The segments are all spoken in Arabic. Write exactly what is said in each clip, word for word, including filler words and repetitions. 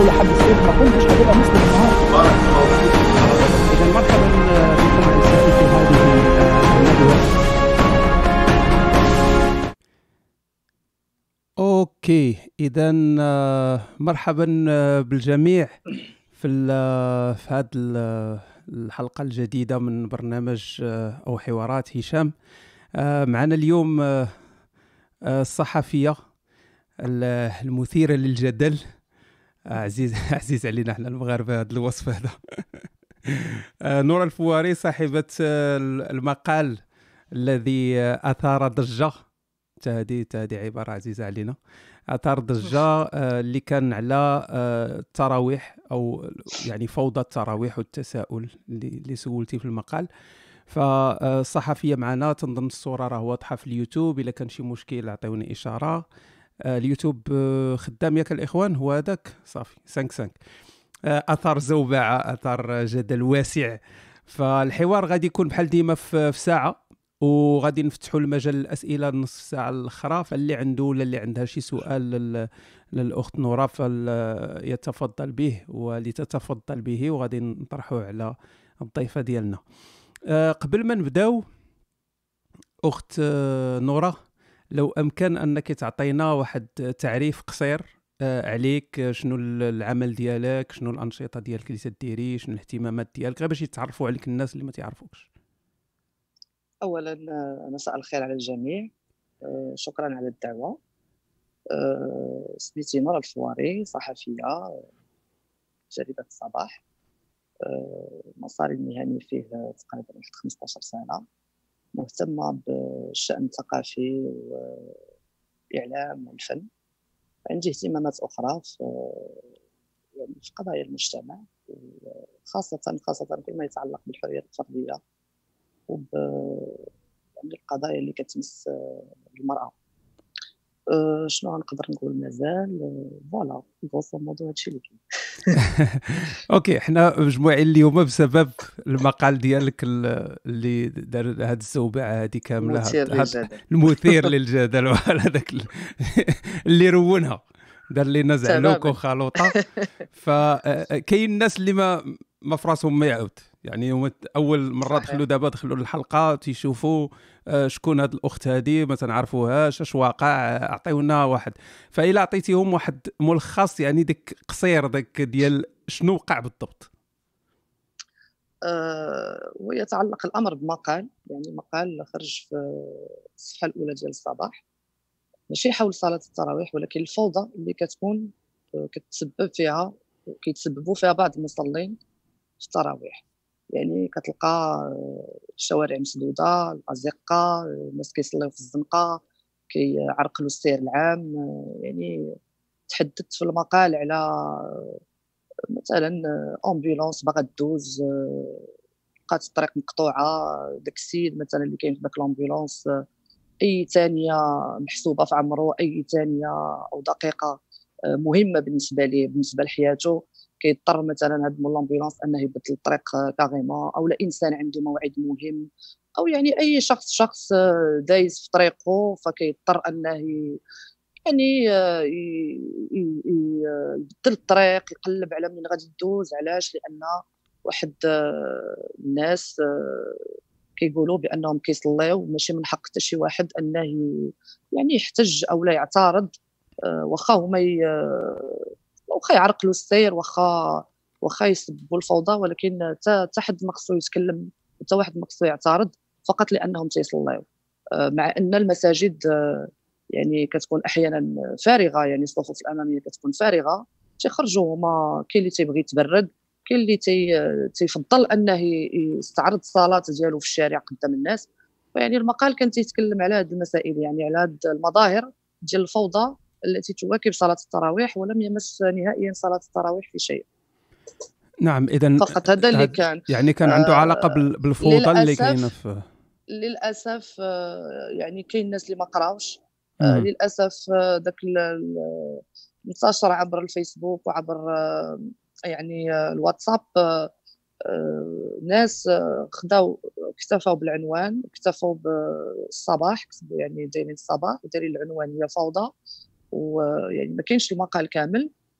الدولة حد السيف ما كنتش هتبقى مسلم النهارده. إذا مرحبا بكم أعزائي في هذه الندوة. أوكي، إذا مرحبا بالجميع في في هذه الحلقة الجديدة من برنامج أو حوارات هشام. معنا اليوم الصحفية المثيرة للجدل، عزيز عزيز علينا احنا المغاربة هذا الوصف هذا. نورة الفواري، صاحبة المقال الذي أثار ضجة، هذه هذه عبارة عزيزة علينا، أثار ضجة اللي كان على التراويح أو يعني فوضى التراويح والتساؤل اللي اللي سولتي في المقال. فالصحفية معنا، تنظن الصورة راه واضحة في اليوتيوب، إلا كان شي مشكل عطيوني إشارة. اليوتيوب خدام ياك الإخوان؟ هو هذاك صافي خمسة خمسة. أثار زوبعة، أثار جدل واسع. فالحوار غادي يكون بحال ديما في ساعة، وغادي نفتحوا المجال الأسئلة نصف ساعة الأخرى. فاللي عنده ولا اللي عندها شي سؤال للأخت نورة فليتفضل به ولتتفضل به، وغادي نطرحوه على الضيفة ديالنا. قبل ما نبداو، أخت نورة، لو أمكن أنك تعطينا واحد تعريف قصير عليك، شنو العمل ديالك، شنو الأنشطة ديالك اللي تديري، شنو الاهتمامات ديالك، غير باش يتعرفوا عليك الناس اللي ما تعرفوكش. أولا مساء الخير على الجميع، شكرا على الدعوة. سميتي نورة الفواري، صحفية جريدة الصباح. مساري المهني فيه تقريبا واحد خمسطاش سنة، مهتمة بالشأن الثقافي والإعلام والفن. عندي اهتمامات أخرى في يعني في قضايا المجتمع، خاصة خاصة كل ما يتعلق بالحرية الفردية وب يعني القضايا اللي كتمس المرأة. أه شنو غنقدر نقول مازال؟ فوالا غوصو موضوع هادشي اللي كاين. اوكي، احنا مجموعين اليوم بسبب المقال ديالك اللي دار هاد الزوبعه هذه كامله، مثير للجدل. المثير للجدل، وهذاك اللي رونها دار لنا زعلوك وخلوطه. فكاين الناس اللي ما ما فراسهم ما يعاود، يعني اول مره دخلوا دابا دخلوا الحلقه تيشوفوا شكون هاد الاخت هذه، ما تنعرفوهاش، اش واقع، اعطيونا واحد. فإلا عطيتيهم واحد ملخص يعني داك قصير داك ديال شنو وقع بالضبط. أه ويتعلق الامر بمقال، يعني مقال خرج في الصفحه الاولى ديال الصباح، ماشي حول صلاه التراويح، ولكن الفوضى اللي كتكون كتسبب فيها كيتسببوا فيها بعض المصلين في التراويح. يعني كتلقى الشوارع مسدوده، الازقه، الناس كيصليو في الزنقه، كيعرقلوا السير العام. يعني تحدثت في المقال على مثلا امبولانس باغا دوز، لقات الطريق مقطوعه، داك السيد مثلا اللي كاين في داك الامبولانس اي ثانيه محسوبه في عمره، اي ثانيه او دقيقه مهمه بالنسبه ليه، بالنسبه لحياته، كيضطر مثلا هذا الامبولانس انه يبدل الطريق كاريمون، او لا انسان عنده موعد مهم، او يعني اي شخص شخص دايز في طريقه فكيضطر انه يعني يبدل الطريق، يقلب على من غادي يدوز. علاش؟ لان واحد الناس كيقولوا بانهم كيصليو، ماشي من حق حتى شي واحد انه يعني يحتج او لا يعترض، واخا هما واخا يعرقلوا السير، واخا واخا يسببوا الفوضى، ولكن حتى حد ما خصو يتكلم، حتى واحد ما خصو يعترض فقط لانهم تيصليو. مع ان المساجد يعني كتكون احيانا فارغه، يعني الصفوف الاماميه كتكون فارغه، تيخرجوا هما، كاين اللي تيبغي يتبرد، كاين اللي تي تيفضل انه يستعرض الصلاه ديالو في الشارع قدام الناس. فيعني المقال كان تيتكلم على هذه المسائل، يعني على هذه المظاهر ديال الفوضى التي تواكب صلاه التراويح، ولم يمس نهائيا صلاه التراويح في شيء. نعم، اذا فقط هذا اللي كان يعني كان عنده آه علاقه بالفوضى اللي كاينه في للاسف. يعني كاين الناس اللي ما قراوش، آه للاسف. آه داك انتشر عبر الفيسبوك وعبر آه يعني آه الواتساب. آه آه ناس آه خداو اكتفوا بالعنوان، اكتفوا بالصباح، كتبوا يعني دايرين الصباح ودايرين العنوان هي فوضى، ويعني ما كاينش المقال كامل.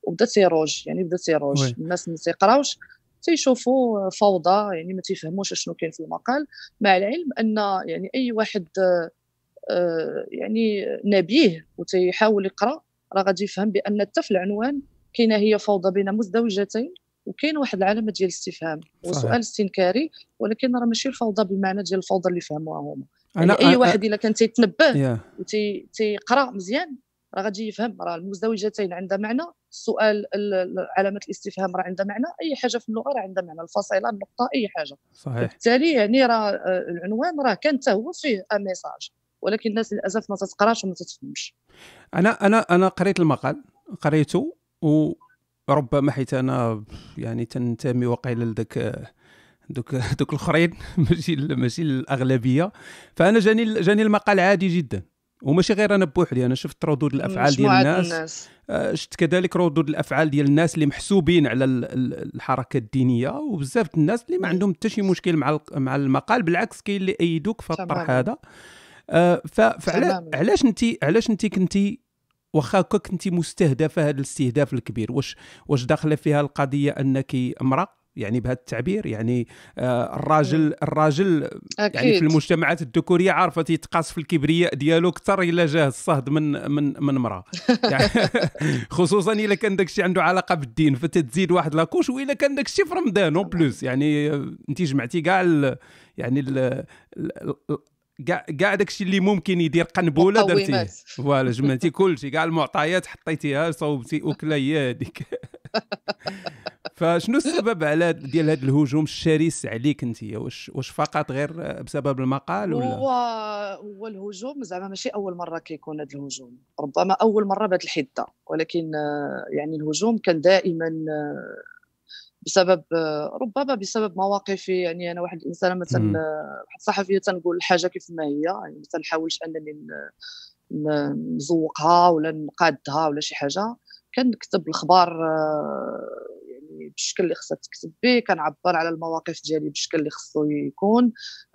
وبدا تيروج يعني بدا تيروج وي الناس اللي تيقراوش تيشوفوا فوضى يعني ما تيفهموش شنو كاين في المقال مع العلم ان يعني اي واحد آه، يعني نبيه وتيحاول يقرا راه غادي يفهم بان حتى في العنوان كاينه هي فوضى بين مزدوجتين وكاين واحد العلامه ديال الاستفهام هو صحيح. سؤال استنكاري ولكن راه ماشي الفوضى بالمعنى ديال الفوضى اللي فهموها هما انا يعني اي أ... أ... واحد الا كان تيتنبه يا وتيقرا مزيان راه غادي يفهم راه المزدوجتين عندها معنى السؤال ال- ال- علامه الاستفهام راه عندها معنى اي حاجه في اللغه راه عندها معنى الفاصله النقطه اي حاجه صحيح. فبالتالي يعني راه آه، العنوان راه كان حتى هو فيه ان ميساج ولكن الناس للاسف ما تتقراش وما تتفهمش. انا انا انا قريت المقال، قريته، وربما حيت انا يعني تنتمي وقيل لذاك دوك دوك الاخرين ماشي ال- ماشي الاغلبيه. فانا جاني جاني المقال عادي جدا، وماشي غير انا بوحدي، انا شفت ردود الافعال ديال مجموعه د الناس. الناس آه، شفت كذلك ردود الافعال ديال الناس اللي محسوبين على ال- ال- الحركه الدينيه، وبزاف د الناس اللي ما مم. عندهم حتى شي مشكل مع ال- مع المقال، بالعكس كاين اللي ايدوك في الطرح تماما هذا. آه، ف- فعلا تماما علاش انت علاش انت كنتي واخا هكا كنتي مستهدفه هذا الاستهداف الكبير؟ واش واش داخله فيها القضيه انك امراه يعني بهذا التعبير؟ يعني آه مم. الراجل الراجل يعني في اكيد المجتمعات الذكوريه عارفه تيتقاس في الكبرياء ديالو اكثر الا جاه الصهد من من من امراه يعني خصوصا الا كان داك الشيء عنده علاقه بالدين فتتزيد واحد لاكوش، والا كان داك الشيء في رمضان اون تماما بلوس يعني آه، انت جمعتي كاع ال- يعني ال- ال- ال- كاع كاع داك الشيء اللي ممكن يدير قنبله مقومات. درتيه. فوالا جمعتي كلشي، كاع المعطيات حطيتيها صوبتي وكلا هي هذيك. فشنو السبب على ديال هذا الهجوم الشرس عليك انت؟ واش واش فقط غير بسبب المقال ولا؟ هو هو الهجوم زعما ماشي اول مره كيكون هذا الهجوم ربما اول مره بهذه الحده ولكن آه، يعني الهجوم كان دائما آه، بسبب آه، ربما بسبب مواقفي يعني انا واحد الانسانه مثلا امم آه، واحد الصحفيه تنقول الحاجه كيف ما هي يعني ما تنحاولش انني ن- ن- نزوقها ولا نقادها ولا شي حاجه كنكتب الخبار آه، يعني بالشكل اللي خصها تكتب به كنعبر على المواقف ديالي بالشكل اللي خصو يكون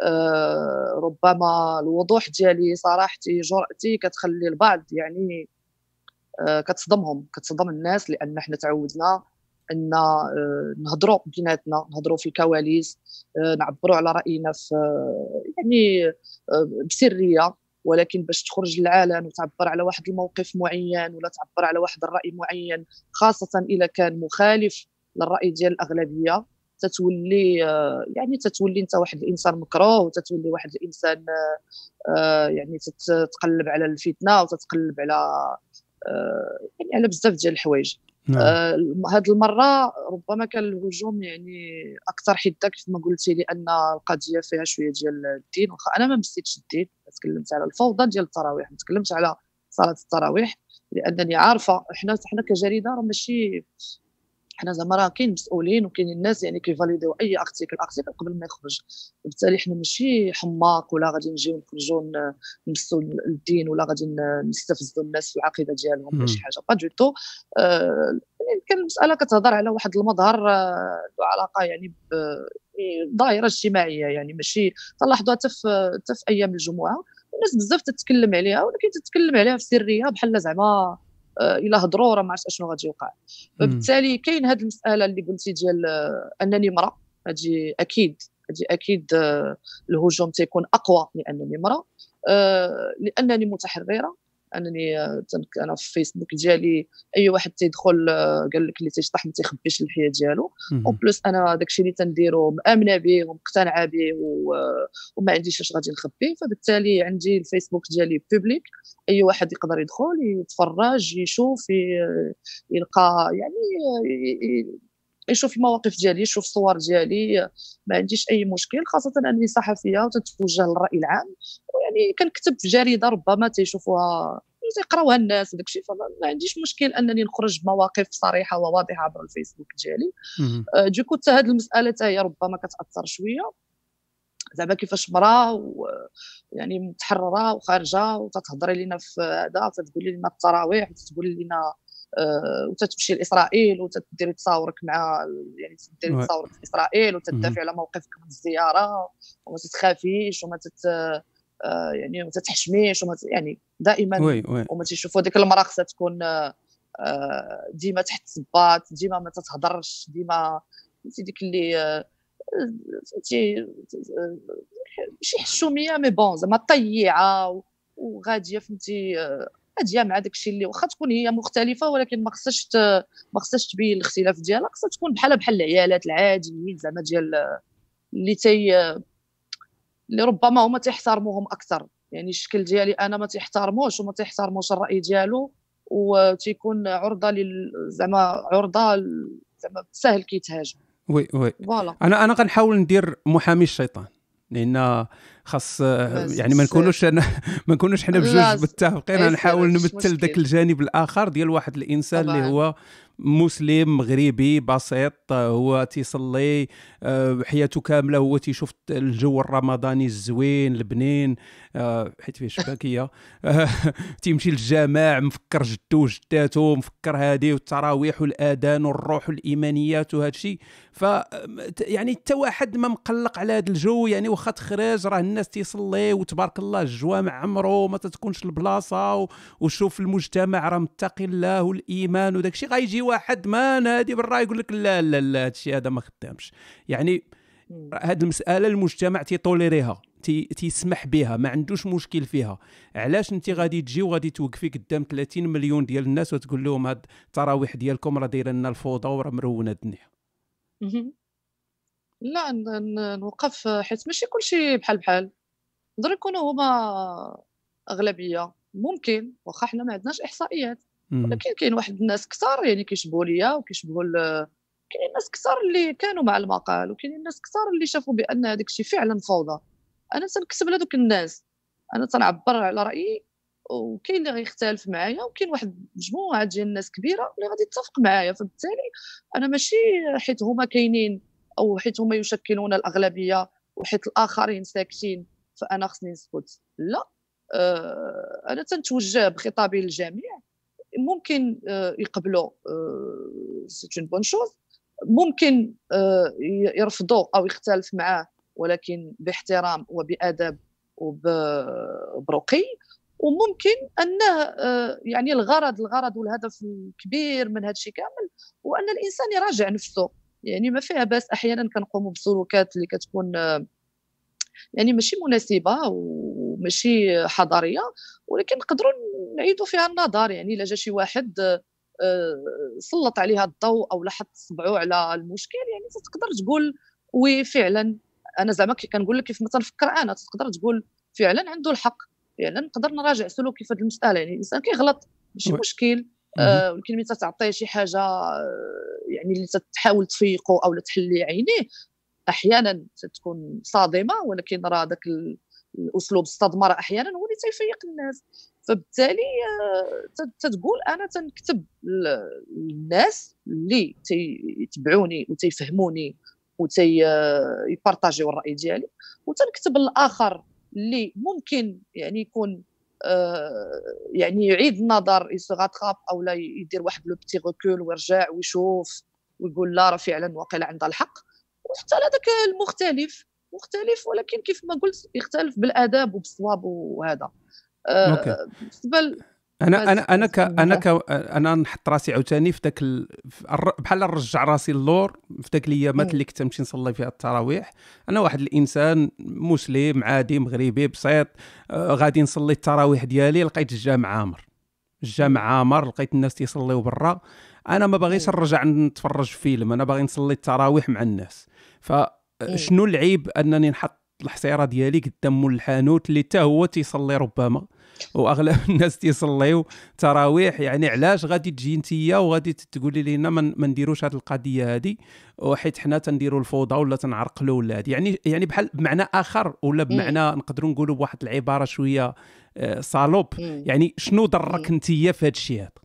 آه، ربما الوضوح ديالي صراحتي جرأتي كتخلي البعض يعني آه، كتصدمهم كتصدم الناس لان حنا تعودنا ان آه، نهضروا بيناتنا نهضروا في الكواليس آه، نعبروا على راينا في آه، يعني آه، بسريه ولكن باش تخرج للعلن وتعبر على واحد الموقف معين ولا تعبر على واحد الراي معين خاصه اذا كان مخالف للراي ديال الاغلبيه تتولي آه، يعني تتولي انت واحد الانسان مكروه وتتولي واحد الانسان آه، يعني تتقلب على الفتنه وتتقلب على آه، يعني على بزاف ديال الحوايج نعم. آه، هاد المره ربما كان الهجوم يعني اكثر حده كيف ما قلتي لان القضيه فيها شويه ديال الدين واخا انا ما مسيتش الدين تكلمت على الفوضى ديال التراويح ما تكلمتش على صلاه التراويح لانني عارفه احنا حنا كجريده راه ماشي حنا زعما راه كاين مسؤولين وكاينين الناس يعني كيفاليديو اي ارتيكل ارتيكل قبل ما يخرج وبالتالي حنا ماشي حماق ولا غادي نجيو نخرجوا ن- نمسوا الدين ولا غادي ن- نستفزوا الناس في العقيده ديالهم ولا شي امم حاجه با دو تو آه، يعني كان المساله كتهضر على واحد المظهر آه، ذو علاقه يعني ب يعني ظاهره اجتماعيه يعني ماشي تلاحظوها حتى في حتى في ايام الجمعه الناس بزاف تتكلم عليها ولكن تتكلم عليها في سريه بحال زعما آه، الا هضروا راه ما عرفت اشنو غادي يوقع امم فبالتالي كاين هذه المساله اللي قلتي ديال آه، انني امراه هذه اكيد هذه اكيد آه، الهجوم تيكون اقوى لانني امراه آه، لانني متحرره انني آه، تنك- انا في فيسبوك ديالي اي واحد تيدخل آه، قال لك اللي تيشطح ما تيخبيش اللحيه ديالو اون امم بليس انا داكشي اللي تنديرو مامنه به ومقتنعه به و- آه، وما عنديش اش غادي نخبي فبالتالي عندي الفيسبوك ديالي بوبليك اي واحد يقدر يدخل يتفرج يشوف ي- يلقى يعني ي- ي- يشوف المواقف ديالي يشوف الصور ديالي ما عنديش اي مشكل خاصه انني صحفيه وتتوجه للراي العام ويعني كنكتب في جريده ربما تيشوفوها تيقراوها الناس وداكشي فما ما عنديش مشكل انني نخرج بمواقف صريحه وواضحه عبر الفيسبوك ديالي امم أه، دوكو حتى هذه المساله حتى هي ربما كتاثر شويه زعما كيفاش مراه و يعني متحرره وخارجه وتتهضري لينا في هذا وتتقولي لنا التراويح وتتقولي لنا آه، وتتمشي لاسرائيل وتديري تصاورك مع يعني تديري ouais. تصاورك في اسرائيل Mhm. وتدافعي على موقفك من الزياره وما تتخافيش وما تت آه، يعني ما تتحشميش وما ت... يعني دائما Oui, ouais. وما تيشوفوا ديك المراه خصها تكون آه، آه، ديما تحت الصباط، ديما ما تتهضرش، ديما فهمتي ديك اللي آه، فهمتي آه، ماشي حشوميه مي بون زعما طيعه و- وغاديه فهمتي آه، غاديه مع داكشي اللي واخا تكون هي مختلفه، ولكن ما خصهاش ت- ما خصهاش تبين الاختلاف ديالها، خصها تكون بحال بحال العيالات العاديين زعما ديال اللي تي اللي ربما هما تيحترموهم اكثر. يعني الشكل ديالي انا ما تيحترموش وما تيحترموش الراي ديالو، وتيكون عرضه لل زعما عرضه ل- زعما سهل كيتهاجم. وي وي فوالا. انا انا غنحاول ندير محامي الشيطان، لان خاص يعني ما سير. نكونوش أنا ما نكونوش حنا لا بجوج س- متفقين، اي سير غنحاول مش نمثل ذاك مشكل. الجانب الاخر ديال واحد الانسان اللي طبعا. هو مسلم مغربي بسيط، هو تيصلي آه، حياته كامله هو تيشوف الجو الرمضاني الزوين البنين، آه، حيت فيه شباكيه آه، تيمشي للجامع مفكر جدو وجداتو، مفكر هادي والتراويح والاذان والروح والايمانيات وهذا الشيء. ف يعني حتى واحد ما مقلق على هذا الجو، يعني واخا تخرج راه الناس تيصلي وتبارك الله الجوامع عمرو ما تتكونش البلاصه و... وشوف المجتمع راه متقي الله والايمان وداك الشيء، غيجي واحد ما نادي بالراي يقول لك لا لا لا هذا الشيء هذا ما خدامش. يعني مم. هذه المساله المجتمع تيطوليريها، تي تيسمح بها، ما عندوش مشكل فيها. علاش انت غادي تجي وغادي توقفي قدام ثلاثين مليون ديال الناس وتقول لهم هاد التراويح ديالكم راه دايره لنا الفوضى وراه مرونه الدنيا؟ مهم. لا ن- ن- نوقف حيت ماشي كلشي بحال بحال. يقدروا يكونوا هما اغلبيه، ممكن واخا حنا ما عندناش احصائيات، مم. ولكن كاين واحد الناس كثار يعني كيشبهوا ليا وكيشبهوا ل- كاينين ناس كثار اللي كانوا مع المقال، وكاينين ناس كثار اللي شافوا بان هذاك الشيء فعلا فوضى. انا تنكتب لهذوك الناس، انا تنعبر على رايي، وكاين اللي غيختلف معايا، وكاين واحد مجموعه ديال الناس كبيره اللي غادي تتفق معايا. فبالتالي انا ماشي حيت هما كاينين او حيت هما يشكلون الاغلبيه وحيت الاخرين ساكتين فانا خصني نسكت، لا. آه، انا تنتوجه بخطابي للجميع. ممكن آه، يقبلوا سي اون بون شوز، ممكن آه، ي- يرفضوا او يختلف معاه، ولكن باحترام وبادب وبرقي. وممكن انه آه، يعني الغرض الغرض والهدف الكبير من هذا الشيء كامل هو ان الانسان يراجع نفسه. يعني ما فيها باس احيانا كنقوموا بسلوكات اللي كتكون آه، يعني ماشي مناسبه وماشي حضاريه، ولكن نقدروا نعيدوا فيها النظر. يعني الا جا شي واحد آه، سلط عليها الضوء او لاحظ صبعه على المشكل، يعني تقدر تقول وي فعلا. انا زعما كي كنقول لك كيف ما تنفكر انا، تقدر تقول فعلا عنده الحق، فعلا نقدر نراجع سلوكي في هذه المساله. يعني الانسان كيغلط ماشي وي. مشكل. مهم. آه، ولكن ملي تعطيه شي حاجه آه، يعني اللي تحاول تفيقه او تحلي عينيه، احيانا تكون صادمه، ولكن راه داك ال- الاسلوب الصدمه راه احيانا هو اللي تيفيق الناس. فبالتالي آه، تت- تتقول انا تنكتب ل- للناس اللي تيتبعوني وتيفهموني وتيبارطاجيو الراي ديالي، وتنكتب الاخر اللي ممكن يعني يكون آه، يعني يعيد النظر يسغاتراب او لا يدير واحد لو بتي ريكول ويرجع ويشوف ويقول لا راه فعلا واقيلا عندها الحق. وحتى هذاك المختلف مختلف، ولكن كيف ما قلت يختلف بالاداب وبالصواب وهذا. اوكي. آه، بالنسبه ل- انا انا باسك انا ك انا ك بالنسبة- انا نحط راسي عاوتاني في داك ال... في الر- بحال نرجع راسي اللور في داك الايامات مم. اللي كنت نمشي نصلي فيها التراويح. انا واحد الانسان مسلم عادي مغربي بسيط، آه، غادي نصلي التراويح ديالي لقيت الجامع عامر، الجامع مم. عامر، لقيت الناس تيصليو برا. انا ما باغيش مم. نرجع نتفرج في فيلم، انا باغي نصلي التراويح مع الناس. مم. فشنو العيب انني نحط الحصيره ديالي قدام مول الحانوت اللي حتى هو تيصلي ربما، واغلب الناس تيصليو تراويح؟ يعني علاش غادي تجي نتيا وغادي تقولي لينا ما نديروش هذه القضيه هذه، وحيت حنا تنديروا الفوضى ولا تنعرقلوا ولا هذه؟ يعني يعني بحال بمعنى اخر ولا مم. بمعنى نقدروا نقولوا بواحد العباره شويه آه، صالوب. مم. يعني شنو ضرك مم. نتيا في هذا الشيء هذا؟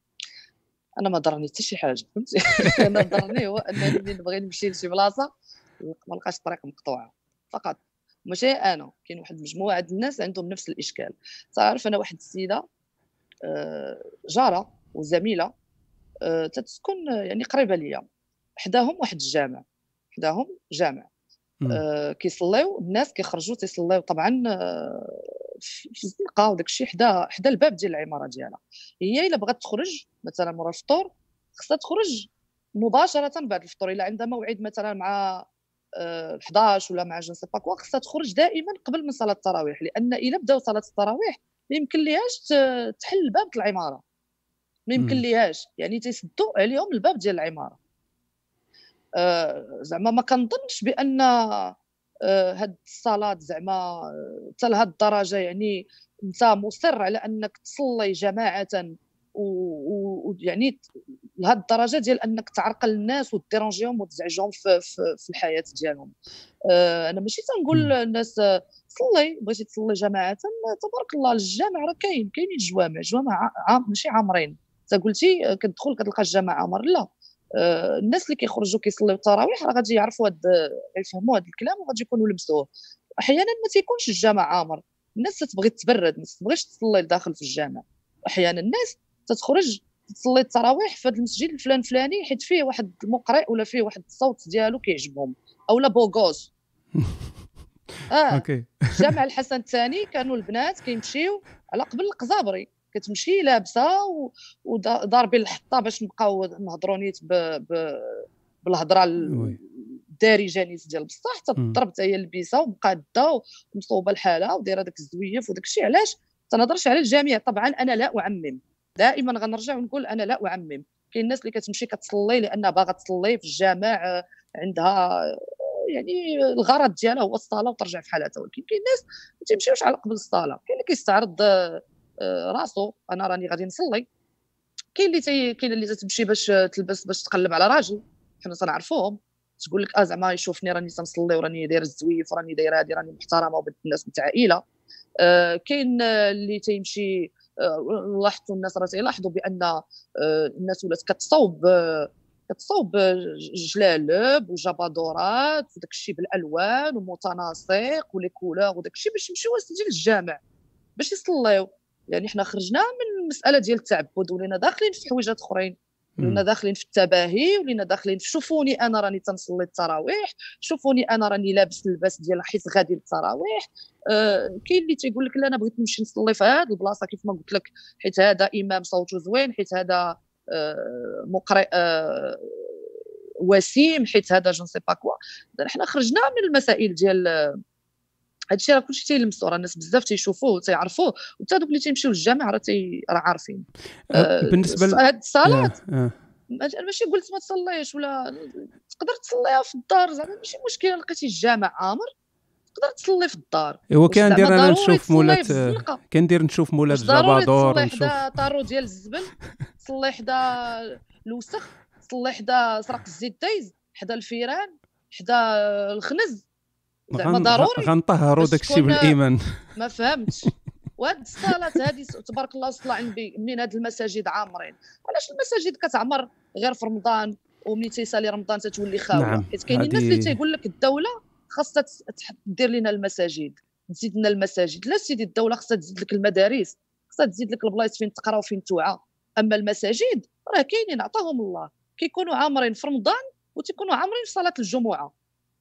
انا ما ضرني حتى شي حاجه، فهمتي. انا ضرني هو انني ملي نبغي نمشي لشي بلاصه ما نلقاش الطريق مقطوعه فقط. ماشي انا، كاين واحد المجموعه د الناس عندهم نفس الاشكال. تعرف انا واحد السيده آه، جاره وزميله آه، تتسكن آه، يعني قريبه ليا، حداهم واحد الجامع، حداهم جامع مم. آه، كيصليو الناس كيخرجوا تيصليو طبعا آه، في في الزنقه وداك الشيء حدا حدا الباب ديال العماره ديالها. هي الا بغات تخرج مثلا مورا الفطور خصها تخرج مباشره بعد الفطور، الا عندها موعد مثلا مع آه، حداش ولا مع جو سي با كوا، خصها تخرج دائما قبل من صلاه التراويح، لان الا بداو صلاه التراويح ما يمكن ليهاش ت- تحل الباب ديال العماره، ما يمكن مم. ليهاش، يعني تيسدوا عليهم الباب ديال العماره. آه، زعما ما كنظنش بان آه، هاد الصلاه زعما آه، حتى لهاد الدرجه، يعني انت مصر على انك تصلي جماعه ويعني لهاد الدرجه ديال انك تعرقل الناس وتديرونجيهم وتزعجهم في, في, في الحياه ديالهم. آه، انا ماشي تنقول مم. الناس آه، صلي، بغيتي تصلي جماعه آه، تبارك الله، الجامع راه كاين كاينين الجوامع، جوامع ع- عام ماشي عامرين. انت قلتي آه، كتدخل كتلقى الجامع عامر، لا. آه، الناس اللي كيخرجوا كيصليو التراويح راه غادي يعرفوا هاد يفهموا هاد الكلام وغادي يكونوا لمسوه. احيانا ما تيكونش الجامع عامر، الناس تبغي تبرد، ما تبغيش تصلي لداخل في الجامع. احيانا الناس تتخرج تصلي التراويح في هذا المسجد الفلان فلاني حيت فيه واحد المقرئ ولا فيه واحد الصوت ديالو كيعجبهم، او لا بوغوز. اه، اوكي. الجامع الحسن الثاني كانوا البنات كيمشيو على قبل القزابري، كتمشي لابسه و- وضاربين الحطه باش نبقاو نهضروا نيت ب... ب... بالهضره وي. الدارجه نيت ديال بصح، مم. تضرب حتى هي لبسه ومقاده ومصوبه الحاله ودايره داك الزويف وداك الشيء. علاش تنهضرش على الجميع؟ طبعا انا لا اعمم، دائما غنرجع ونقول انا لا اعمم. كاين الناس اللي كتمشي كتصلي لانها باغا تصلي في الجامع، آه، عندها يعني الغرض ديالها هو الصلاه وترجع في حالتها، ولكن كاين ناس ما تيمشيوش على قبل الصلاه. كاين اللي كيستعرض آه، آه، راسو، انا راني غادي نصلي. كاين اللي تي... كاين اللي تمشي باش تلبس باش تقلب على راجل، حنا تنعرفوهم، تقول لك اه زعما يشوفني راني تنصلي وراني داير الزويف وراني دايره هادي راني محترمه وبنت الناس نتاع عائله. آه كاين آه، اللي تيمشي. آه لاحظتوا الناس راه تيلاحظوا بان آه الناس ولات كتصوب آه كتصوب آه، جلالب وجبادورات وداك الشيء بالالوان ومتناسق ولي كولور وداك الشيء باش يمشيو اسيدي للجامع باش يصليو. يعني حنا خرجنا من المساله ديال التعبد ولينا داخلين في حويجات اخرين، ولينا مم. داخلين في التباهي، ولينا داخلين في شوفوني انا راني تنصلي التراويح، شوفوني انا راني لابس اللباس ديال حيت غادي للتراويح. آه كاين اللي تيقول لك لا انا بغيت نمشي نصلي في هذه البلاصه كيف ما قلت لك، حيت هذا امام صوته زوين، حيت هذا آه مقرئ آه وسيم، حيت هذا جون سي با كوا. حنا خرجنا من المسائل ديال هادشي، راه كلشي تيلمسو، راه الناس بزاف تيشوفوه وتيعرفوه، وحتى دوك اللي تيمشيو للجامع راه تي راه عارفين. أه، آه بالنسبه ل... هاد الصلاه آه، آه. انا ماشي قلت ما تصليش، ولا تقدر تصليها في الدار، زعما ماشي مشكل لقيتي الجامع عامر تقدر تصلي في الدار. هو واش زعما كندير انا ضروري نشوف تصلي مولات في آه، الزنقه؟ كندير نشوف مولات واش ضروري جابادور تصلي نشوف. حدا طارو ديال الزبل، تصلي حدا الوسخ، تصلي حدا سرق الزيت دايز، حدا الفيران، حدا الخنز؟ زعما غن... غ- ضروري غنطهروا باش داكشي تكون؟ بالايمان. ما فهمتش. وهاد الصلاه هذه تبارك الله وصلى على النبي، منين هاد المساجد عامرين؟ علاش المساجد كتعمر غير في رمضان، ومنين تيسالي رمضان تتولي خاويه؟ نعم، حيت كاينين الناس اللي هذه تيقول لك الدوله خاصها دير لنا المساجد، تزيد لنا المساجد. لا سيدي، الدوله خاصها تزيد لك المدارس، خاصها تزيد لك البلايص فين تقرا وفين توعى. اما المساجد راه كاينين عطاهم الله، كيكونوا عامرين في رمضان وتيكونوا عامرين في صلاه الجمعه.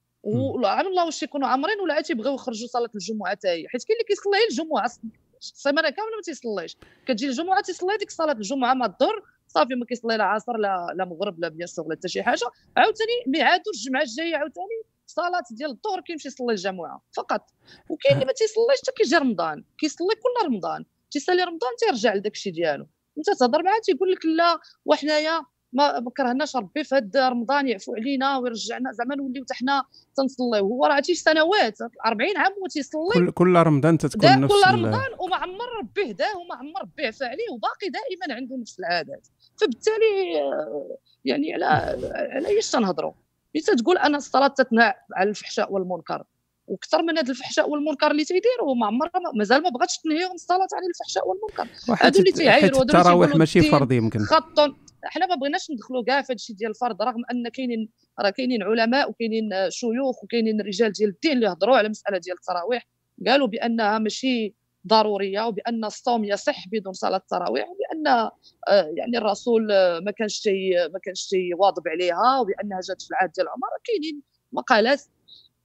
وعلى الله واش يكونوا عامرين ولا عاد تيبغيو يخرجوا صلاه الجمعه حتى هي، حيت كاين اللي كيصلي غير الجمعه السيمانه كامله ما تيصليش، كتجي الجمعه تيصلي ديك صلاه الجمعه مع الظهر صافي، ما كيصلي لا عصر لا لا مغرب لا بيان سور لا حتى شي حاجه. عاوتاني ميعادو الجمعه الجايه عاوتاني صلاه ديال الظهر كيمشي يصلي الجمعه فقط. وكاين اللي ما تيصليش حتى كيجي رمضان، كيصلي كل رمضان، تيسالي رمضان تيرجع لداك الشيء ديالو. انت تهضر معاه تيقول لك لا وحنايا ما كرهناش ربي في هذا رمضان يعفو علينا ويرجعنا، زعما نوليو حتى حنا تنصليو. هو راه عرفتي سنوات أربعين عام وتيصلي كل كل رمضان دا تتكون كل نفس ال... رمضان، وما عمر ربي هداه وما عمر ربي عفا عليه، وباقي دائما عنده نفس العادات. فبالتالي آه، يعني على على ايش تنهضروا؟ انت تقول انا الصلاه تتنهى عن الفحشاء والمنكر، وكثر من هذا الفحشاء والمنكر اللي تيديروا ما عمرها مازال ما بغاتش تنهيهم الصلاه عن الفحشاء والمنكر. هادو اللي وحيت حيت تيعايروا، هادو اللي التراويح تيقولوا ماشي الدين فرض يمكن. خط. احنا ما بغيناش ندخلوا كاع في هادشي ديال الفرض، رغم ان كاينين راه كاينين علماء وكاينين شيوخ وكاينين رجال ديال الدين اللي هضروا على مساله ديال التراويح، قالوا بانها ماشي ضروريه، وبان الصوم يصح بدون صلاه التراويح، وبان آه، يعني الرسول آه، ما كانش تي ما كانش تيواظب عليها، وبانها جات في العهد ديال عمر. كاينين مقالات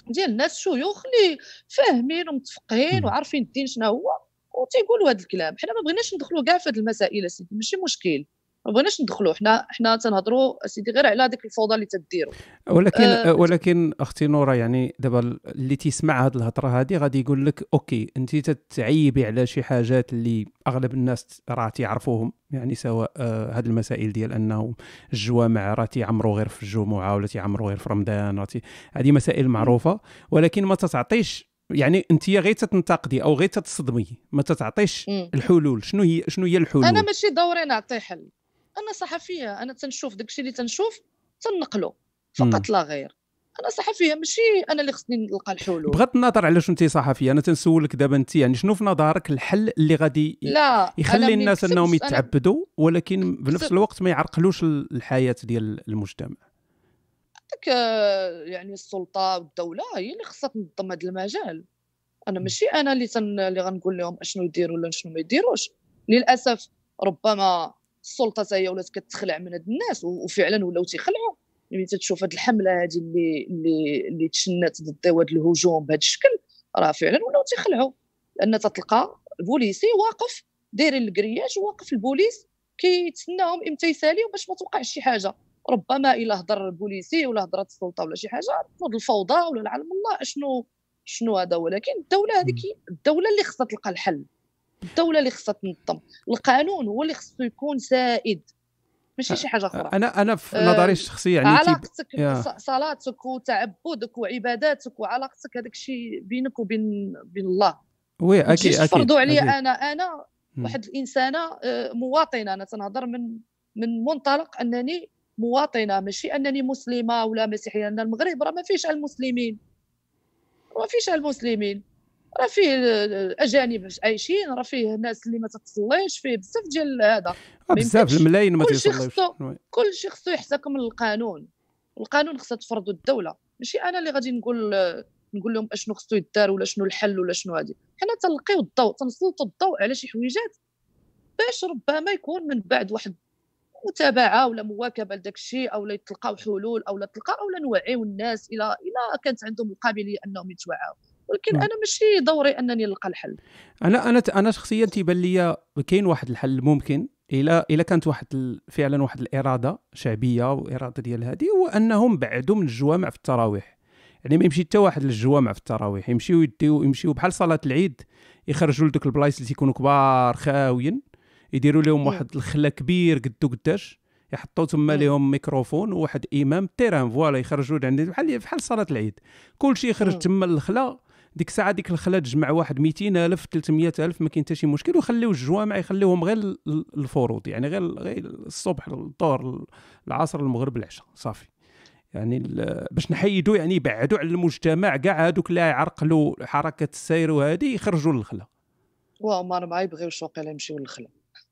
ديال الناس شيوخ اللي فاهمين ومتفقهين مم. وعارفين الدين شنو هو وتيقولوا هذا الكلام. حنا ما بغيناش ندخلوا كاع في هذه المسائل اسيدي، ماشي مشكل، ما بغيناش ندخلوا. حنا حنا تنهضروا اسيدي غير على ديك الفوضى اللي تديروا. ولكن أه ولكن اختي نوره، يعني دابا اللي تيسمع هذه الهضره هذه غادي يقول لك اوكي انت تتعيبي على شي حاجات اللي اغلب الناس راه تيعرفوهم، يعني سواء آه هذه المسائل ديال انهم الجوامع راه تيعمروا غير في الجمعه ولا تيعمروا غير في رمضان، راه هذه مسائل معروفه، ولكن ما تتعطيش، يعني انت غير تنتقدي او غير تصدمي، ما تتعطيش مم. الحلول. شنو هي شنو هي الحلول؟ انا ماشي دوري نعطي حل، انا صحفيه، انا تنشوف داكشي اللي تنشوف تنقلو فقط لا غير. انا صحفيه ماشي انا اللي خصني نلقى الحلول. بغض النظر على شنو انت صحفيه، انا تنسولك دابا انت يعني شنو في نظرك الحل اللي غادي لا يخلي الناس انهم كتبت أنا يتعبدوا ولكن بنفس كتبت الوقت ما يعرقلوش الحياه ديال المجتمع؟ داك يعني السلطه والدوله هي اللي خصها تنظم هذا المجال. انا ماشي انا اللي تن... اللي غنقول لهم اشنو يديروا ولا شنو ما يديروش. للاسف ربما السلطه هي ولات كتخلع من هاد الناس وفعلا ولاو تيخلعوا. يعني تتشوف هاد الحمله هذه اللي اللي اللي تشنات ضد هاد الهجوم بهذا الشكل، راه فعلا ولاو تيخلعوا. لان تتلقى البوليسي واقف دايرين الكرياج، واقف البوليس كيتسناهم امتى يساليو باش ما توقعش شي حاجه. ربما الا هضر البوليسي ولا هضرات السلطه ولا شي حاجه تنوض الفوضى ولا العلم الله اشنو شنو هذا. ولكن الدوله هذيك الدوله اللي خصها تلقى الحل، الدوله اللي خصها تنظم. القانون هو اللي خصو يكون سائد ماشي شي حاجه اخرى. انا انا في أه نظري الشخصي يعني علاقتك يا... صلاتك وتعبدك وعباداتك وعلاقتك هذاك الشيء بينك وبين بين الله. وي ما اكيد تجيش اكيد تفرضوا عليا أكيد. انا انا واحد الانسانه مواطنه. انا تنهضر من من منطلق انني مواطنه، ماشي انني مسلمه ولا مسيحيه. لان المغرب راه ما فيهش المسلمين، ما فيش المسلمين، راه فيه الاجانب عايشين، راه فيه ناس اللي ما تتصليش، فيه بزاف ديال هذا. بزاف الملايين ما كلشي تيصليوش. خصو كلشي خصو يحتكم للقانون. القانون خصها تفرضوا الدوله، ماشي انا اللي غادي نقول نقول لهم اشنو خصو يدار ولا شنو الحل ولا شنو هذه. حنا تنلقيو الضوء، تنسلطوا الضوء على شي حويجات باش ربما يكون من بعد واحد متابعه ولا مواكبه لداك الشيء، او لا يتلقاو حلول، او لا تلقى او لا نوعيو الناس الى الى كانت عندهم القابليه انهم يتوعاو. ولكن م. انا ماشي دوري انني نلقى الحل. انا انا انا شخصيا تيبان لي كاين واحد الحل ممكن الا الا كانت واحد ال... فعلا واحد الاراده شعبيه واراده ديال هذه، هو انهم بعدوا من الجوامع في التراويح. يعني ما يمشي حتى واحد للجوامع في التراويح، يمشيو يديو يمشيو بحال صلاه العيد، يخرجوا لدوك البلايص اللي تيكونوا كبار خاويين، يديروا لهم واحد الخلا كبير قدو قداش، يحطوا تما لهم ميكروفون وواحد امام تيران فوالا، يخرجوا عندي بحال بحال صلاه العيد، كلشي يخرج تما للخلا. ديك الساعه ديك الخلا تجمع واحد مئتين ألف ثلاثمئة ألف، ما كاين حتى شي مشكل. ويخليو الجوامع يخليوهم غير الفروض، يعني غير غير الصبح الظهر العصر المغرب العشاء صافي. يعني باش نحيدوا يعني يبعدوا على المجتمع كاع هذوك اللي يعرقلوا حركه السير وهذه، يخرجوا للخلا. وهما ما يبغيوش واقيلا يمشيو للخلا.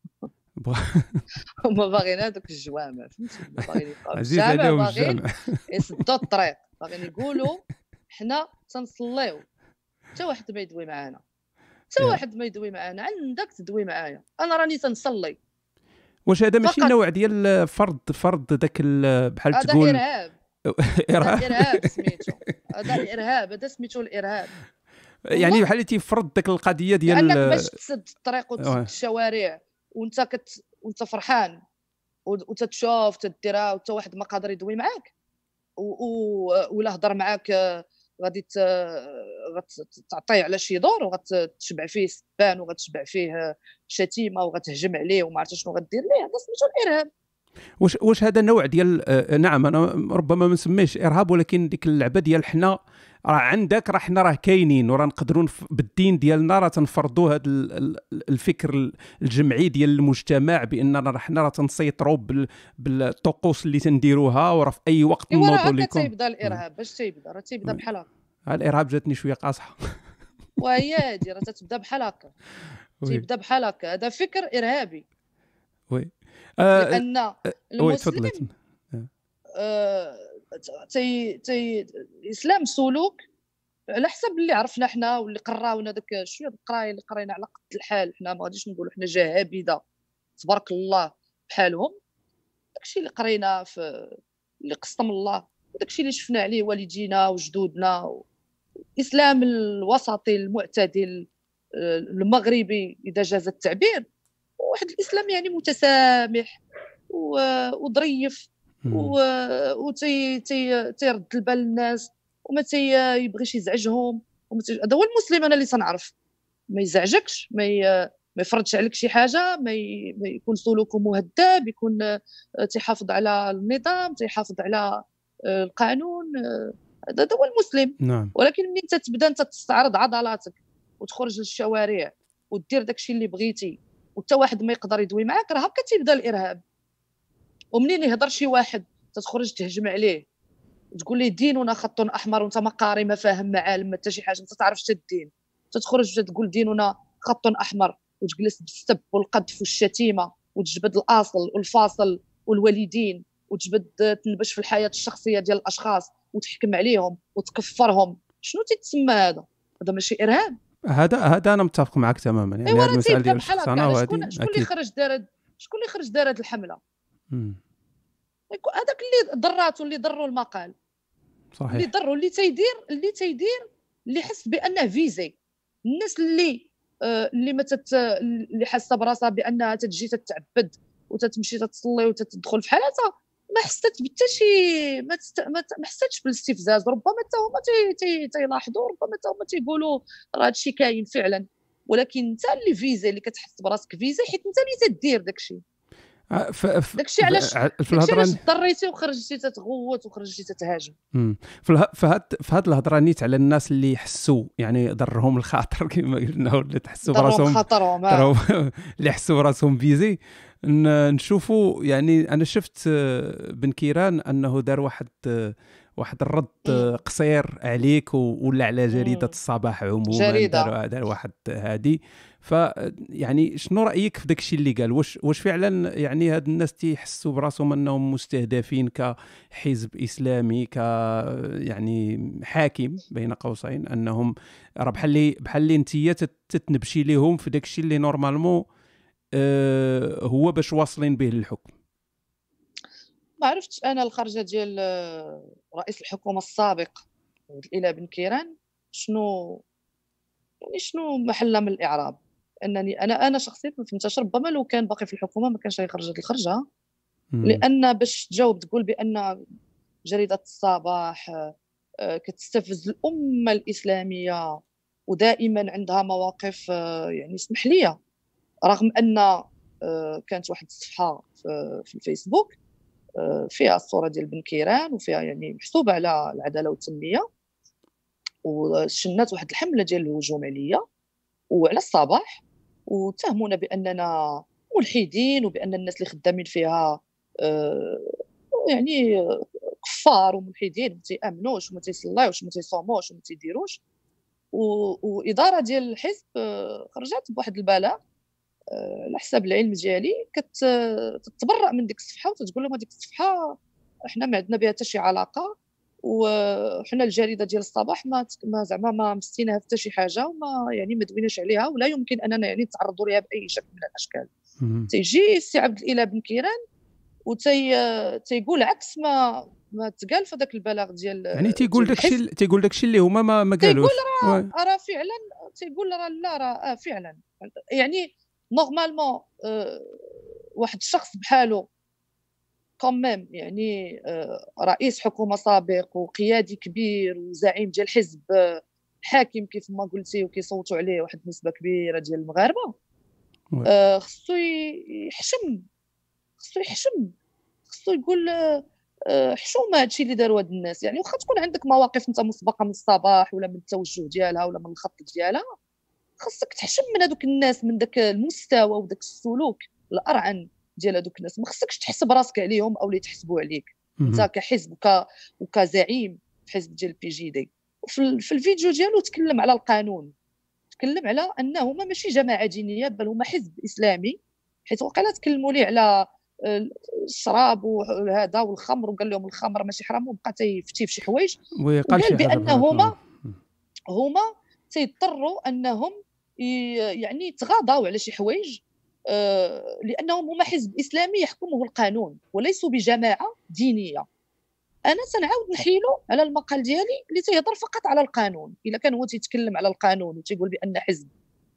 هما باغيين هذوك الجوامع، فهمتي؟ باغيين يبقاو عزيز الجامع، عليهم باغيين الجامع. يسدوا الطريق، باغيين يقولوا حنا تنصليو، حتى واحد ما يدوي معانا، حتى واحد ما يدوي معانا. عندك تدوي معايا، انا راني تنصلي. واش هذا ماشي نوع ديال فرض فرض داك بحال تقول هذا ارهاب؟ ارهاب ارهاب سميتو، هذا الارهاب، هذا سميتو الارهاب. يعني بحال تيفرض داك القضيه ديال انك باش تسد الطريق وتسد الشوارع وانت كت وانت فرحان وتتشوف تديرها وحتى واحد ما قادر يدوي معاك، ولا هضر معاك غادي تعطيه على شي دور وغتشبع فيه سبان وغتشبع فيه شتيمه وغتهجم عليه وما عرفتش شنو غدير ليه. هذا سميتو الارهاب. واش واش هذا نوع ديال آه نعم انا ربما ما نسميش ارهاب، ولكن ديك اللعبه ديال حنا راه عندك، راه حنا راه كاينين وراه نقدروا بالدين ديالنا راه تنفرضوا هذا الفكر الجمعي ديال المجتمع باننا راه حنا راه تنسيطروا بالطقوس اللي تنديروها، وراه في اي وقت نوضوا لكم. هكا تيبدا الارهاب. باش تيبدا؟ راه تيبدا بحال هكا. الارهاب جاتني شويه قاصحه. وهي هادي راه تتبدا بحال هكا، تيبدا بحال هكا. هذا فكر ارهابي. وي آه لان المسلم آه تي تي الاسلام سلوك على حسب اللي عرفنا حنا واللي قراونا داك شويه القرايه اللي قرينا على قد الحال. حنا ما غاديش نقولوا حنا جهابده تبارك الله بحالهم. داكشي اللي قرينا في اللي قسم الله، وداكشي اللي شفنا عليه والدينا وجدودنا الاسلام الوسطي المعتدل المغربي اذا جاز التعبير، واحد الاسلام يعني متسامح وظريف وتي تي تيرد البال الناس وما تيبغيش يزعجهم. هذا هو المسلم انا اللي تنعرف، ما يزعجكش، ما ي... ما يفرضش عليك شي حاجه، ما, ي... ما يكون سلوكه مهذب، يكون تيحافظ على النظام، تيحافظ على القانون. هذا هو المسلم. نعم. ولكن ملي انت تبدا انت تستعرض عضلاتك وتخرج للشوارع ودير داكشي اللي بغيتي وحتى واحد ما يقدر يدوي معاك، راه هكا تيبدا الارهاب. ومنين يهضر شي واحد تتخرج تهجم عليه وتقول ليه ديننا خط احمر وانت ما قاري ما فاهم ما عالم ما حتى شي حاجه، انت تعرف حتى الدين، تتخرج تقول ديننا خط احمر وتجلس بالسب والقذف والشتيمه وتجبد الاصل والفاصل والوالدين وتجبد تنبش في الحياه الشخصيه ديال الاشخاص وتحكم عليهم وتكفرهم. شنو تيتسمى هذا؟ هذا ماشي ارهاب. هذا هذا انا متفق معك تماما. يعني هذه المساله ديال الشخص انا وهذه شكون شكون اللي خرج دار شكون اللي خرج دار هذه الحمله؟ امم هذاك اللي ضراتو اللي ضروا المقال صحيح، اللي ضروا اللي تيدير اللي تيدير اللي حس بانه فيزي الناس اللي آه اللي ما تت اللي حاسه براسها بانها تجي تتعبد وتتمشي تتصلي وتتدخل في حالاتها، ما حسيت حتى شي ما, تست... ما, ت... ما حسيتش بالاستفزاز. ربما حتى هما تي... تي... تيلاحظوا، ربما حتى هما تيقولوا راه هادشي كاين فعلا، ولكن انت اللي فيزي اللي كتحس براسك فيزي حيت انت اللي تدير داكشي. ف... ف... داكشي علاش في الهضره علاش ضريتي وخرجتي تتغوت وخرجتي تتهاجم. امم في اله... في هاد في هاد الهضره نيت على الناس اللي يحسوا يعني ضرهم الخاطر كما قلنا، ولا تحسوا براسهم خاطرهم اللي يحسوا براسهم بيزي. نشوفوا يعني انا شفت بن كيران انه دار واحد واحد الرد قصير عليك ولا على جريده الصباح عموما، دار دار واحد هادي. فيعني شنو رايك في داكشي اللي قال؟ واش واش فعلا يعني هاد الناس تيحسوا براسهم انهم مستهدفين كحزب اسلامي، ك يعني حاكم بين قوسين، انهم راه بحال اللي بحال اللي انتيا تتنبشي ليهم في داكشي اللي نورمالمون أه هو باش واصلين به للحكم؟ ما عرفتش انا الخرجه ديال رئيس الحكومه السابق الى بن كيران شنو يعني شنو محلها من الاعراب. انني انا انا شخصيا ما فهمتش، ربما لو كان باقي في الحكومه ما كانش غيخرج هذه الخرجه. لان باش تجاوب تقول بان جريده الصباح كتستفز الامه الاسلاميه ودائما عندها مواقف يعني اسمح لي، رغم ان كانت واحد الصفحه في الفيسبوك فيها الصوره ديال بن كيران وفيها يعني محسوبه على العداله والتنميه، وشنات واحد الحمله ديال الهجوم عليا وعلى الصباح وتهمونا باننا ملحدين وبان الناس اللي خدامين فيها يعني كفار وملحدين ما تيامنوش وما تيصليوش وما تيصوموش وما تيديروش. واداره ديال الحزب خرجت بواحد البلاغ على حساب العلم ديالي كتتبرأ من ديك الصفحه وتتقول لهم هذيك الصفحه احنا ما عندنا بها حتى شي علاقه، وحنا الجريده ديال الصباح ما ما زعما ما مستيناها حتى شي حاجه وما يعني ما دويناش عليها ولا يمكن اننا يعني نتعرضوا لها باي شكل من الاشكال. تيجي السي عبد الاله بن كيران وتي تيقول عكس ما ما تقال في داك البلاغ ديال يعني تيقول داكشي تيقول داكشي اللي هما ما, ما قالوش. تيقول راه راه فعلا تيقول راه لا راه فعلا يعني نورمالمون أه واحد الشخص بحاله كوميم يعني أه رئيس حكومه سابق وقيادي كبير وزعيم ديال حزب حاكم كيف ما قلتي وكيصوتوا عليه واحد النسبه كبيره ديال المغاربه، أه خصو يحشم خصو يحشم خصو يقول أه حشومه هادشي اللي داروا هاد الناس. يعني واخا تكون عندك مواقف انت مسبقه من الصباح ولا من التوجه ديالها ولا من الخط ديالها، خاصك تحشم من هذوك الناس، من داك المستوى وداك السلوك الارعن ديال هذوك الناس. ما خصكش تحسب راسك عليهم او اللي تحسبوا عليك انت كحزب وك... وكزعيم في حزب ديال البي جي دي. وفي في الفيديو ديالو تكلم على القانون، تكلم على انهما ماشي جماعه دينيه بل هما حزب اسلامي، حيت وقيلا تكلموا ليه على الشراب وهذا والخمر وقال لهم الخمر ماشي حرام وبقى تيفتي في شي حوايج وقال بانهما هما تيضطروا انهم يعني يتغاضوا على شي حوايج لانهم هما حزب اسلامي يحكمه القانون وليسوا بجماعه دينيه. انا تنعاود نحيلو على المقال ديالي اللي تيهضر فقط على القانون. الا كان هو تيتكلم على القانون وتيقول بان حزب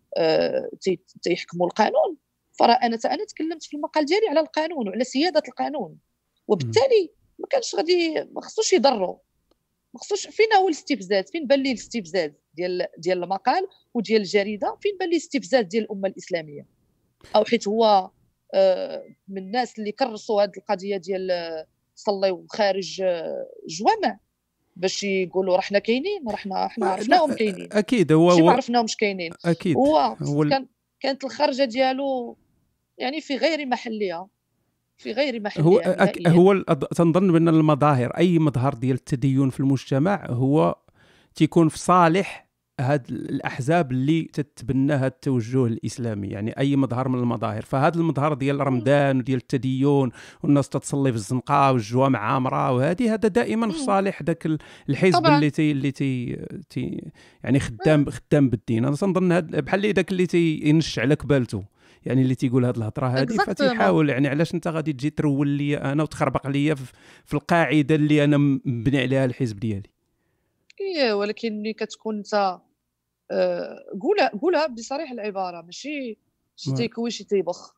آه تي- تيحكموا القانون، فراه انا تا انا تكلمت في المقال ديالي على القانون وعلى سياده القانون، مم. وبالتالي ما كانش غادي، ما خصوش يضروا، ما خصوش. فين هو الاستفزاز؟ فين بان لي الاستفزاز ديال ديال المقال وديال الجريده؟ فين بان لي الاستفزاز ديال الامه الاسلاميه؟ او حيت هو آه، من الناس اللي كرسوا هذه القضيه ديال آه، صليوا خارج آه، جوامع باش يقولوا راه حنا كاينين، راه حنا حنا آه، عرفناهم لا كاينين، اكيد هو ماشي ما هو عرفناهمش كاينين. اكيد هو هو ال- كان كانت الخرجه ديالو يعني في غير محلها، في غير هو محلها أك- نهائيا. هو الأض- تنظن بان المظاهر، اي مظهر ديال التدين في المجتمع هو تيكون في صالح هاد الاحزاب اللي تتبنى هاد التوجه الاسلامي. يعني اي مظهر من المظاهر، فهاد المظهر ديال مم. رمضان وديال التدين والناس تتصلي في الزنقه والجوامع عامره وهذه، هذا دائما في مم. صالح ذاك ال- الحزب طبعا. اللي تي اللي تي, تي يعني مم. خدام خدام بالدين. انا تنظن هاد بحال اللي داك اللي تينش على كبالته، يعني اللي تيقول هاد الهضره هادي، اكزاكتومون. فتيحاول يعني علاش انت غادي تجي ترول لي انا وتخربق لي في في القاعده اللي انا مبني عليها الحزب ديالي. ايه، ولكن ملي كتكون انت آه، قولها قولها بصريح العباره، ماشي شي ما- تيكوي شي تيبخ،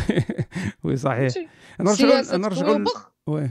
وي صحيح. فهمتي؟ نرجعوا سياسه نرجعوا تكوي ل- وبخ، وي.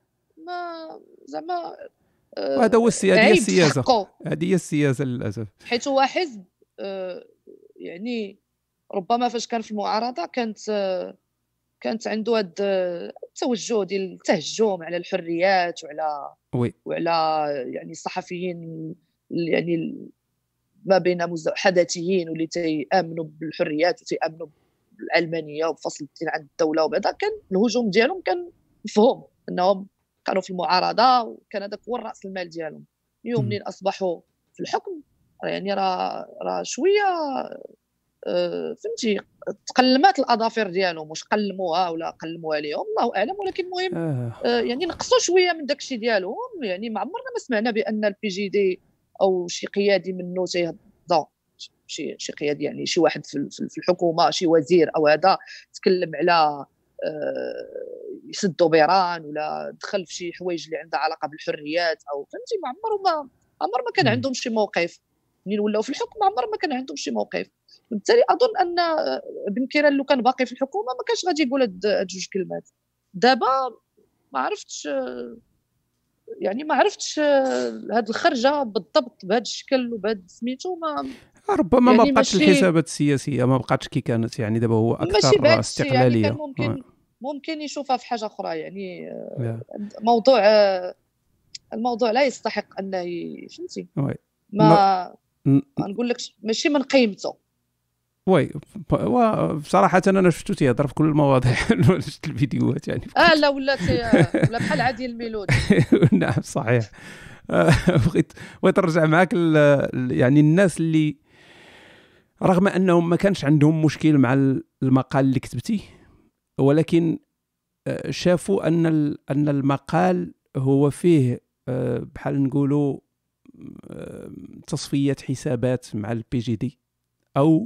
ما زعما وهذا هو آه، السي... هذه هي عيب في السياسه، حقه، هذه هي السياسه للاسف. حيت هو حزب آه، يعني ربما فاش كان في المعارضه كانت آه، كانت عنده هذا التوجه ديال التهجم على الحريات وعلى وي وعلى يعني الصحفيين، يعني ما بين مزاحداتيين واللي تيامنوا بالحريات وتيامنوا بالعلمانيه وبفصل الدين عن الدوله، وبعدا كان الهجوم ديالهم كان مفهوم انهم كانوا في المعارضه، وكان هذاك هو الراس المال ديالهم. اليوم مم. منين اصبحوا في الحكم يعني راه راه شويه آه، فهمتي تقلمات الاظافر ديالهم، واش قلموها ولا قلموها لهم الله اعلم، ولكن المهم آه. آه، يعني نقصوا شويه من داكشي ديالهم. يعني ما عمرنا ما سمعنا بان البي جي دي او شي قيادي منه تيهضا، شي شي قيادي يعني شي واحد في في- في الحكومه، شي وزير او هذا تكلم على آه، يسدوا بيران ولا دخل في شي حوايج اللي عندها علاقه بالحريات، او فهمتي ما عمرهم ما عمر ما كان مم. عندهم شي موقف. منين ولاو في الحكم عمر ما كان عندهم شي موقف. بالتالي اظن ان بن كيران لو كان باقي في الحكومه ما كانش غادي يقول هاد هاد جوج كلمات. دابا ما عرفتش يعني ما عرفتش هاد الخرجه بالضبط بهذا الشكل وبهذا سميتو، ما ربما ما يعني بقاتش ماشي الحسابات السياسيه ما بقاتش كي كانت، يعني دابا هو ماشي بهذا اكثر الشيء. يعني كان استقلاليه. ممكن ممكن يشوفها في حاجه اخرى. يعني وي. موضوع الموضوع لا يستحق انه ي- فهمتي وي. ن- ما ن- ما نقول لكش ماشي من قيمته. وي بصراحه انا شفتو تيهضر في كل المواضيع. شفت الفيديوهات يعني اه بقيت. لا ولا تي... ولا بحال عادي الميلود. نعم صحيح. آه، بغيت بغيت نرجع معاك ل... ل- يعني الناس اللي رغم انهم ما كانش عندهم مشكل مع المقال اللي كتبتيه، ولكن آه، شافوا ان ال- ان المقال هو فيه آه، بحال نقولوا آه، تصفية حسابات مع البي جي دي، او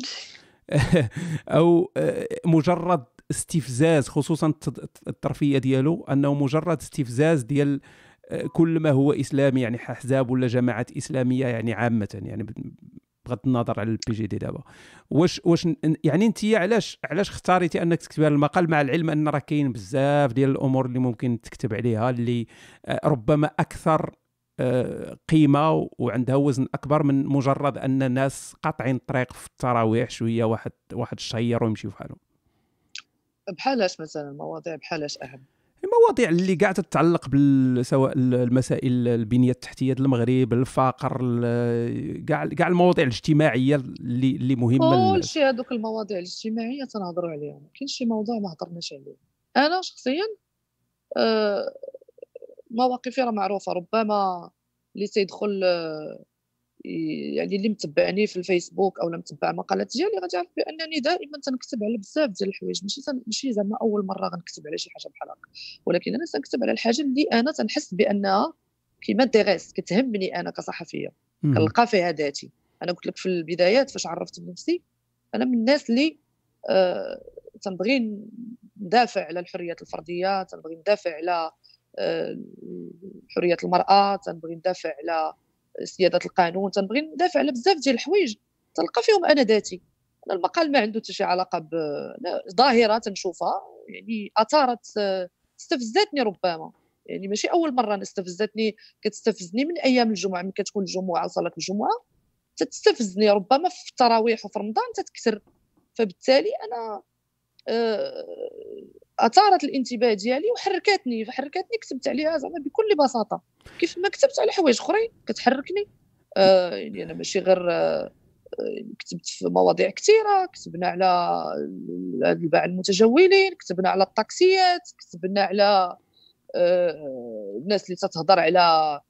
او آه، مجرد استفزاز، خصوصا الت- الطرفيه ديالو انه مجرد استفزاز ديال آه، كل ما هو اسلامي، يعني احزاب ولا جماعات اسلاميه يعني عامه، يعني بغض النظر على البي جي دي. دابا واش واش يعني انت علاش علاش اختاريتي انك تكتبي هذا المقال، مع العلم ان راه كاين بزاف ديال الامور اللي ممكن تكتب عليها اللي آه، ربما اكثر آه، قيمه وعندها وزن اكبر من مجرد ان ناس قاطعين الطريق في التراويح شويه، واحد واحد الشهير ويمشيو في حالهم. بحالاش مثلا مواضيع بحالاش اهم المواضيع اللي قاعده تتعلق بال سواء المسائل البنيه التحتيه ديال المغرب، الفقر، ال- كاع كاع المواضيع الاجتماعيه اللي اللي مهمه كل للناس. شيء. هذوك المواضيع الاجتماعيه تنهضروا عليها، ما كاينش شي موضوع ما هضرناش عليه. انا شخصيا آه، مواقفي راه معروفه. ربما اللي تيدخل آه، ي- يعني اللي متبعني في الفيسبوك او متبع مقالات ديالي غادي يعرف بانني دائما تنكتب على بزاف ديال الحوايج. ماشي تن... ماشي زعما اول مره غنكتب على شي حاجه بحال هكا، ولكن انا تنكتب على الحاجه اللي انا تنحس بانها كيما ديغيس كتهمني انا كصحفيه، مم. كنلقى فيها ذاتي. انا قلت لك في البدايات فاش عرفت بنفسي، انا من الناس اللي آه تنبغي ندافع على الحريات الفرديه، تنبغي ندافع على حريه المراه، تنبغي ندافع على سياده القانون، تنبغي ندافع على بزاف ديال الحوايج تلقى فيهم انا ذاتي. انا المقال ما عنده حتى شي علاقه بظاهره تنشوفها، يعني اثارت استفزتني ربما، يعني ماشي اول مره انا استفزتني، كتستفزني من ايام الجمعه، ملي كتكون الجمعه وصلاه الجمعه تستفزني، ربما في التراويح وفي رمضان تتكثر. فبالتالي انا اثارت الانتباه ديالي وحركتني فحركتني كتبت عليها زعما بكل بساطه، كيف ما كتبت على حوايج اخرين كتحركني. آه يعني انا ماشي غير آه كتبت في مواضيع كثيره، كتبنا على الباع المتجولين، كتبنا على الطاكسيات، كتبنا على آه الناس اللي تتهضر على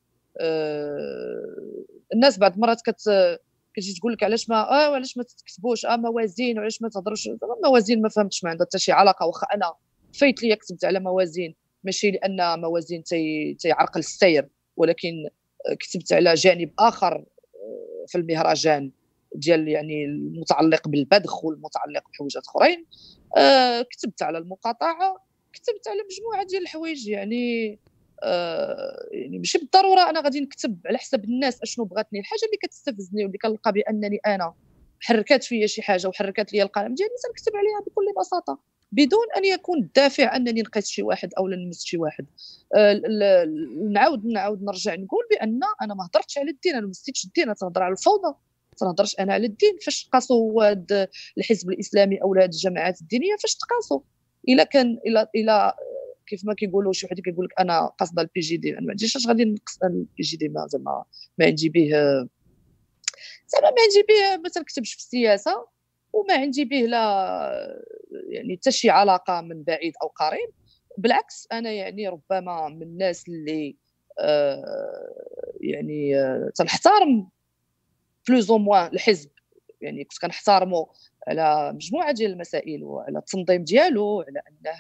آه الناس بعض المرات كت كتجي تقول لك علاش ما اه علاش ما تكتبوش اه موازين وعلاش ما تهضروش موازين. ما فهمتش ما عندها حتى شي علاقه، واخا انا فايت ليا كتبت على موازين ماشي لان موازين تي تيعرقل السير، ولكن كتبت على جانب اخر في المهرجان ديال يعني المتعلق بالبذخ والمتعلق بحوايجات اخرين. آه كتبت على المقاطعه، كتبت على مجموعه ديال الحوايج يعني آه يعني ماشي بالضروره انا غادي نكتب على حسب الناس اشنو بغاتني. الحاجه اللي كتستفزني واللي كنلقى بانني انا حركات فيا شي حاجه وحركات لي القلم ديالي تنكتب عليها بكل بساطه بدون ان يكون الدافع انني نقيس شي واحد او لنمس شي واحد. آه نعاود نعاود نرجع نقول بان انا ما هضرتش على الدين، انا ما مستيتش الدين، تهضر على الفوضى، تنهضرش انا على الدين. فاش تقاسوا هاد الحزب الاسلامي او هاد الجماعات الدينيه فاش تقاسوا؟ الا كان الا الا كيف ما كيقولوا شي واحد كيقول لك انا قاصده البي جي دي، انا ما عنديش اش غادي نقص البي جي دي، ما زعما ما عندي به زعما ما عندي به ما تنكتبش في السياسه، وما عندي به لا يعني حتى شي علاقه من بعيد او قريب. بالعكس انا يعني ربما من الناس اللي آه يعني آه تنحترم بلوز او موان الحزب، يعني كنت كنحترمه على مجموعه ديال المسائل وعلى التنظيم ديالو، على انه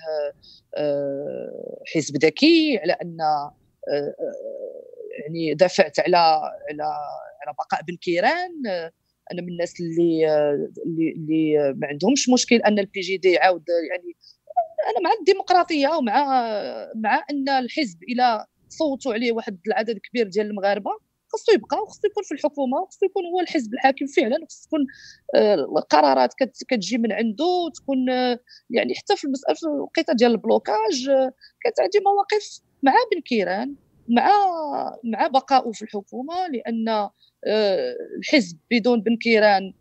حزب ذكي، على ان يعني دافعت على على على بقاء بن كيران. انا من الناس اللي اللي, اللي ما عندهمش مشكل ان البي جي دي يعاود، يعني انا مع الديمقراطيه ومع مع ان الحزب الى صوتوا عليه واحد العدد كبير ديال المغاربه خصو يبقى وخصو يكون في الحكومه وخصو يكون هو الحزب الحاكم فعلا، وخصو تكون القرارات كتجي من عنده، تكون يعني حتى في المساله في الوقيته ديال البلوكاج كانت عندي مواقف مع بن كيران مع مع بقائه في الحكومه، لان الحزب بدون بن كيران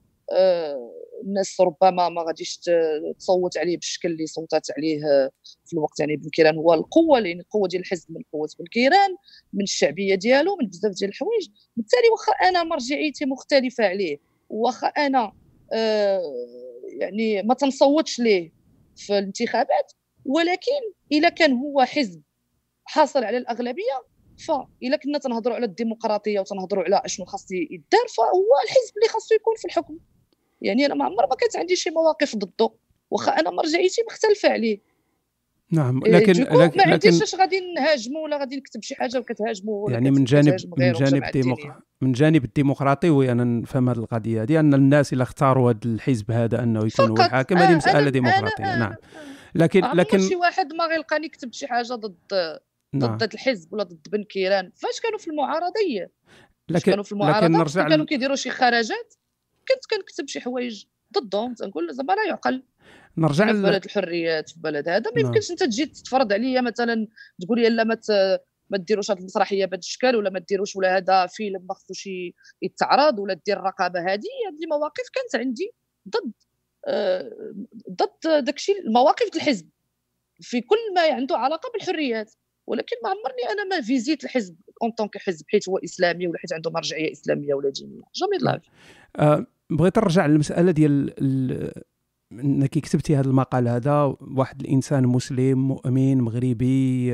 الناس ربما ما غاديش تصوت عليه بالشكل اللي صوتات عليه في الوقت. يعني بن كيران هو القوه، لان القوه ديال الحزب من قوه بن كيران، من الشعبيه ديالو، من بزاف ديال الحوايج. بالتالي واخا انا مرجعيتي مختلفه عليه، واخا انا آه يعني ما تنصوتش ليه في الانتخابات، ولكن الا كان هو حزب حاصل على الاغلبيه، فاذا كنا تنهضروا على الديمقراطيه وتنهضروا على اشنو خاص يدار، فهو الحزب اللي خاصو يكون في الحكم. يعني انا ما عمر ما كانت عندي شي مواقف ضده، واخا انا مرجعيتي مختلفه عليه. نعم، لكن لكن ما عنديش اش غادي نهاجمو ولا غادي نكتب شي حاجه وكتهاجمو ولا يعني من جانب من جانب الديمقراطي من جانب الديمقراطي وانا نفهم هذه القضيه هذه ان الناس اللي اختاروا هذا الحزب هذا انه يكون هو الحاكم، هذه مساله ديمقراطيه. نعم، لكن لكن شي واحد ما غيلقاني كتبت شي حاجه ضد نعم. ضد الحزب ولا ضد بن كيران. فاش كانوا في المعارضيه لكن كانوا في المعارضه لكن نرجع كانوا كيديروا شي خرجات، كنت كنكتب شي حوايج ضدهم، تنقول زعما لا يعقل. نرجع في بلد الحريات في بلد هذا ما يمكنش نعم. انت تجي تفرض عليا مثلا تقول لي لا ما ما ديروش هذه المسرحيه بهذا الشكل، ولا ما ديروش، ولا هذا فيلم ما خصوش يتعرض، ولا دير الرقابه. هذه هذه المواقف كانت عندي ضد آه ضد داكشي المواقف الحزب في كل ما عنده علاقه بالحريات. ولكن ما عمرني انا ما فيزيت الحزب اون طونك حزب حيت هو اسلامي ولا حيت عنده مرجعيه اسلاميه ولا دينيه. جامي لاف. أه بغيت نرجع للمساله ديال ال... انك كتبتي هذا المقال هذا، واحد الانسان مسلم مؤمن مغربي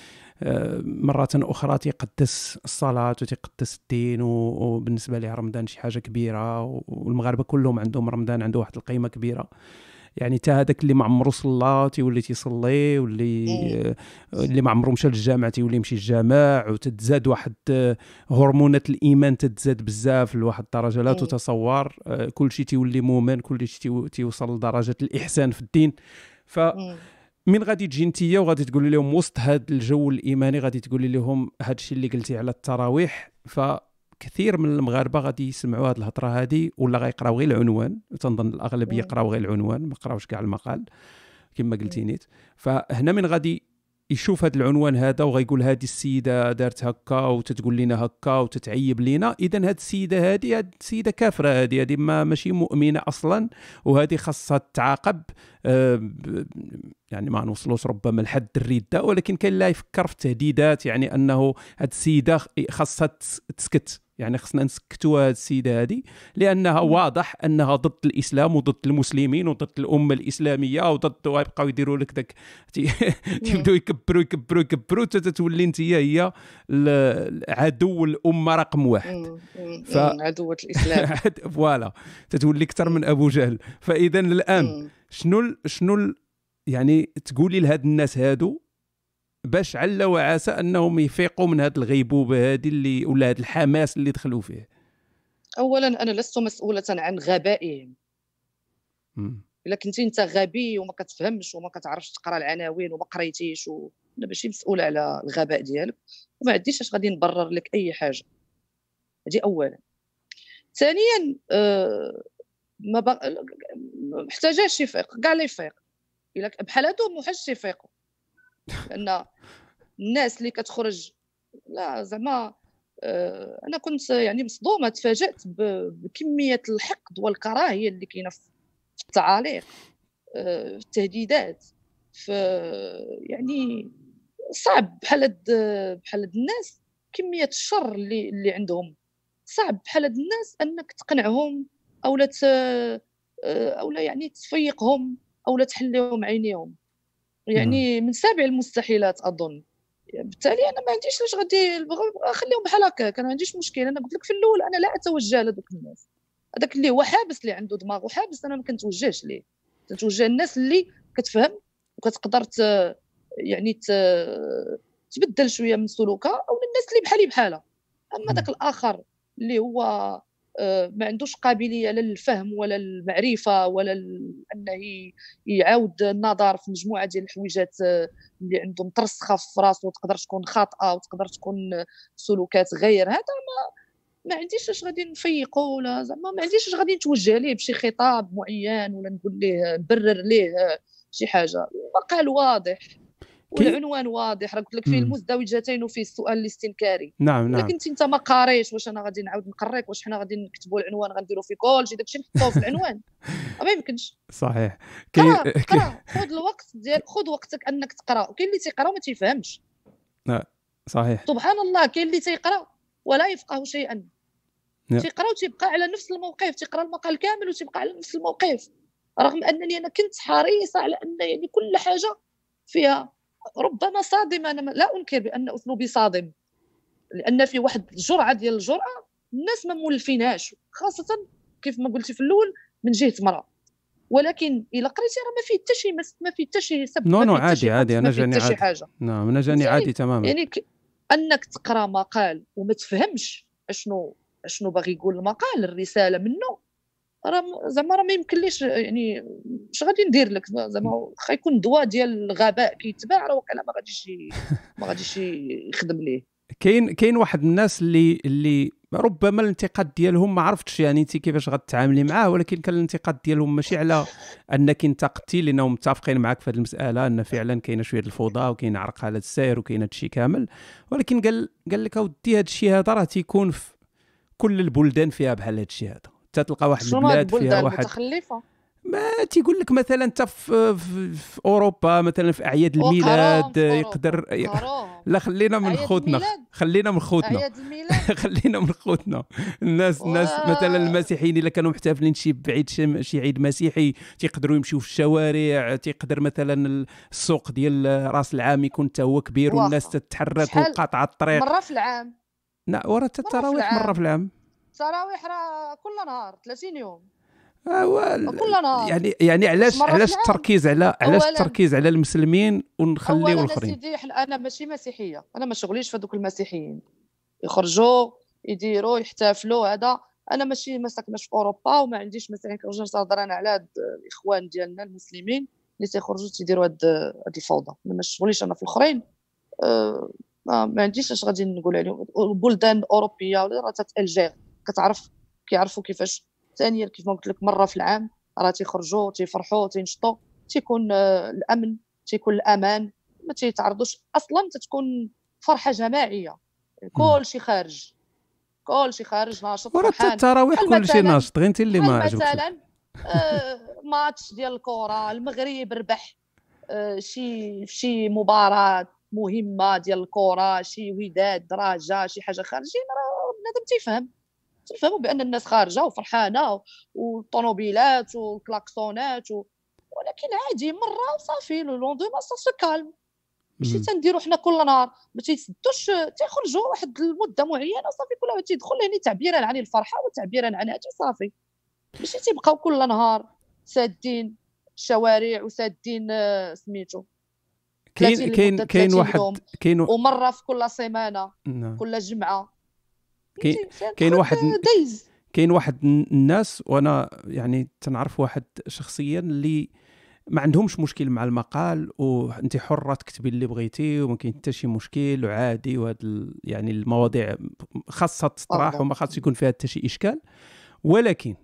مرة أخرى تيقدس الصلاة وتيقدس الدين، وبالنسبة ليه رمضان شي حاجة كبيرة، والمغاربة كلهم عندهم رمضان عنده واحد القيمة كبيرة. يعني تا هذاك اللي ما عمرو صلى تيولي تيصلي، واللي اللي ما عمرو مشى للجامع تيولي يمشي للجامع، وتتزاد واحد هرمونات الايمان تتزاد بزاف لواحد الدرجه لا تتصور. كل شيء تيولي مؤمن، كل شيء تيوصل لدرجه الاحسان في الدين. ف من غادي تجي نتيا وغادي تقولي لهم وسط هذا الجو الايماني غادي تقولي لهم هذا الشيء اللي قلتي على التراويح، فكثير من المغاربه غادي يسمعوا هذه الهضره هذه ولا غيقراو غير العنوان، وتنظن الاغلب مم. يقراو غير العنوان ما قراوش كاع المقال كما قلتي مم. نيت. فهنا من غادي يشوف هذا العنوان هذا وغيقول هذه السيده دارت هكا وتتقول لنا هكا وتتعيب لينا، اذا هذه السيده هذه هذه السيده كافره، هذه هذه ما ماشي مؤمنه اصلا، وهذه خاصها تعاقب. آه ب- يعني ما نوصلوش ربما لحد الرده، ولكن كاين لا يفكر في التهديدات، يعني انه هذه السيده خاصها تس- تسكت، يعني خصنا نسكتوا هذه السيده هذه لانها مم. واضح انها ضد الاسلام وضد المسلمين وضد الامه الاسلاميه وضد، ويبقاو يديروا لك داك تي- مم. تيبداو يكبروا يكبروا يكبروا حتى تولي انت هي ال- عدو الامه رقم واحد. مم. مم. ف مم. عدوة الإسلام. فوالا تتولي اكثر مم. من ابو جهل. فاذا الان مم. شنو ال- شنو ال- يعني تقولي لهاد الناس هادو باش عل وعسى انهم يفيقوا من هاد الغيبوبه هذه اللي ولا هاد الحماس اللي دخلوا فيه. أولا أنا لست مسؤولة عن غبائهم. مم. إلا كنتي أنت غبي وما كتفهمش وما كتعرفش تقرا العناوين وما قريتيش و... أنا ماشي مسؤولة على الغباء ديالك، وما عنديش اش غادي نبرر لك أي حاجة. هذه أولا. ثانيا آه ما ب... محتاجاش يفيق كاع اللي يفيق، إلا ك- بحال هادو ما حاجش يفيقوا، لأن الناس اللي كتخرج لا زعما آه، انا كنت يعني مصدومه، تفاجات ب- بكميه الحقد والكراهيه اللي كاينه في في التعاليق، آه، في التهديدات، في يعني صعب بحال هاد بحال هاد الناس، كميه الشر اللي اللي عندهم صعب بحال هاد الناس انك تقنعهم او لا ت... آه، او لا يعني تفيقهم او لا تحليهم عينيهم، نعم. يعني من سابع المستحيلات اظن. بالتالي انا ما عنديش لاش غادي بغا- خليهم بحال هكاك، انا ما عنديش مشكل. انا قلت لك في الاول انا لا اتوجه لهذوك الناس، هذاك اللي هو حابس اللي عنده دماغ وحابس انا ما كنتوجهش ليه، كنتوجه الناس اللي كتفهم وكتقدر ت... يعني ت... تبدل شويه من سلوكها، او الناس اللي بحالي بحالها. اما مم. ذاك الاخر اللي هو آه، ما عندوش قابليه لا للفهم ولا المعرفه ولا ل- انه ي- يعاود النظر في مجموعه ديال الحويجات آه، اللي عنده مترسخه في راسو، تقدر تكون خاطئه وتقدر تكون سلوكات غير هذا، ما عنديش اش غادي نفيقو ولا زعما ما عنديش اش غادي نتوجه ليه بشي خطاب معين ولا نقول ليه نبرر ليه شي حاجه. المقال واضح كي والعنوان واضح، راه قلت لك فيه مم. المزدوجتين وفيه السؤال الاستنكاري. نعم الا نعم كنت انت ما قاريش، واش انا غادي نعاود نقريك؟ واش حنا غادي نكتبوا العنوان غنديروا فيه كلشي داكشي نحطوه في العنوان؟ ما يمكنش. صحيح. كي قرا كي قرا، خذ الوقت ديال خذ وقتك انك تقرا. وكاين اللي تيقرا وما تيفهمش، لا، صحيح. سبحان الله. كاين اللي تيقرا ولا يفقه شيئا، نعم. تيقرا وتيبقى على نفس الموقف، تيقرا المقال كامل وتيبقى على نفس الموقف، رغم انني انا كنت حريصه على ان يعني كل حاجه فيها ربما صادمه. انا لا انكر بان اسلوبي صادم، لان في واحد الجرعه ديال الجرأه الناس ما مولفينهاش، خاصه كيف ما قلتي في الاول من جهه مرأة. ولكن الا قريتي راه ما فيه حتى شي ما فيه حتى شي سب، نو ما نو فيه حتى شي عادي عادي، قبح، انا ما فيه جاني حتى شي عادي. حاجه. نعم انا جاني فهمتيني؟ عادي تماما. يعني ك... انك تقرا مقال وما تفهمش اشنو اشنو باغي يقول المقال، الرساله منه، راه م- زعما راه ما يمكنليش، يعني اش غادي ندير لك زعما؟ واخا يكون دواء ديال الغباء كيتباع، راه وكاله ما غاديش ي- ما غاديش يخدم ليه. كاين كاين واحد الناس اللي اللي ربما الانتقاد ديالهم ما عرفتش يعني انت كيفاش غتعاملي معاه، ولكن كان الانتقاد ديالهم ماشي على انك انتقدتي، لانهم متفقين معك في هذه المساله ان فعلا كاينه شويه الفوضى وكاين عرقله السير وكاين هذا الشيء كامل، ولكن قال قال لك اودي هذا الشيء هذا راه تيكون في كل البلدان فيها بحال هذا الشيء هذا، حتى تلقى واحد شنو هاد البلاد فيها البلدان واحد المتخلفه ما تيقول لك مثلا انت في, في, في اوروبا مثلا في اعياد وقراهم الميلاد في اوروبا، يقدر قراهم لا خلينا من اعياد خوتنا الميلاد، خلينا من خوتنا اعياد الميلاد خلينا من خوتنا. الناس و... الناس مثلا المسيحيين الا كانوا محتفلين شي بعيد شي, شي عيد مسيحي تيقدروا يمشيو في الشوارع، تيقدر مثلا السوق ديال راس العام يكون حتى هو كبير والناس واخا تتحرك شحال وقاطعه الطريق. مره في العام، لا ورا مره في التراويح مره العام في العام. التراويح راه كل نهار ثلاثين يوم، آه كل نهار. يعني يعني واش علاش مره في علاش العام؟ التركيز على علاش اولا التركيز على المسلمين ونخليو اولا الاخرين؟ اسيدي انا ماشي مسيحيه، انا ما شغليش في هذوك المسيحيين يخرجوا يديروا يحتفلوا هذا. انا ماشي ما ساكناش في اوروبا وما عنديش مسيحيين كنرجع نهضر انا على هاد الاخوان ديالنا المسلمين اللي تيخرجوا تيديروا هاد هاد الفوضى. ما شغليش انا في الاخرين. أه ما, ما عنديش اش غادي نقول عليهم. البلدان الاوروبيه ولا راه تالجير كتعرف كيعرفوا كيفاش. ثانيا كيف ما قلت لك مره في العام راه تيخرجوا تيفرحوا تينشطوا، تيكون آه، الامن، تيكون الامان، ما تيتعرضوش اصلا، تتكون فرحه جماعيه، كل شيء خارج، كل شيء خارج ناشط ورا فرحان. التراويح بحال كل شيء مثلا ناشط، غير انت اللي ما بحال عجبكش. مثلا آه، ماتش ديال الكره، المغرب ربح آه، شي شي مباراه مهمه ديال الكره، شي وداد دراجه شي حاجه خارجين، راه بنادم تيفهم تيفهموا بان الناس خارجه وفرحانه والطوموبيلات والكلاكسونات و... ولكن عادي مره وصافي، لو لوندوما سا سو كالم. ماشي مم. تنديروا حنا كل نهار ما تيسدوش، تيخرجوا واحد المده معينه صافي، كل واحد تيدخل يعني تعبيرا عن الفرحه وتعبيرا عن هذا صافي. ماشي تيبقاو كل نهار سادين الشوارع وسادين آه، سميتو كاين ثلاثين كاين لمده كاين ثلاثين واحد يوم كاين و- ومره في كل سيمانه نعم. كل جمعه. كاين فهمتي سي ان كاين تروك واحد دايز. كاين واحد الناس، وانا يعني تنعرف واحد شخصيا اللي ما عندهمش مشكل مع المقال، وانت حره تكتبي اللي بغيتي وما كاين حتى شي مشكل وعادي، وهاد ال... يعني المواضيع خاصها تطرح باردون. وما خاص يكون فيها حتى شي اشكال. ولكن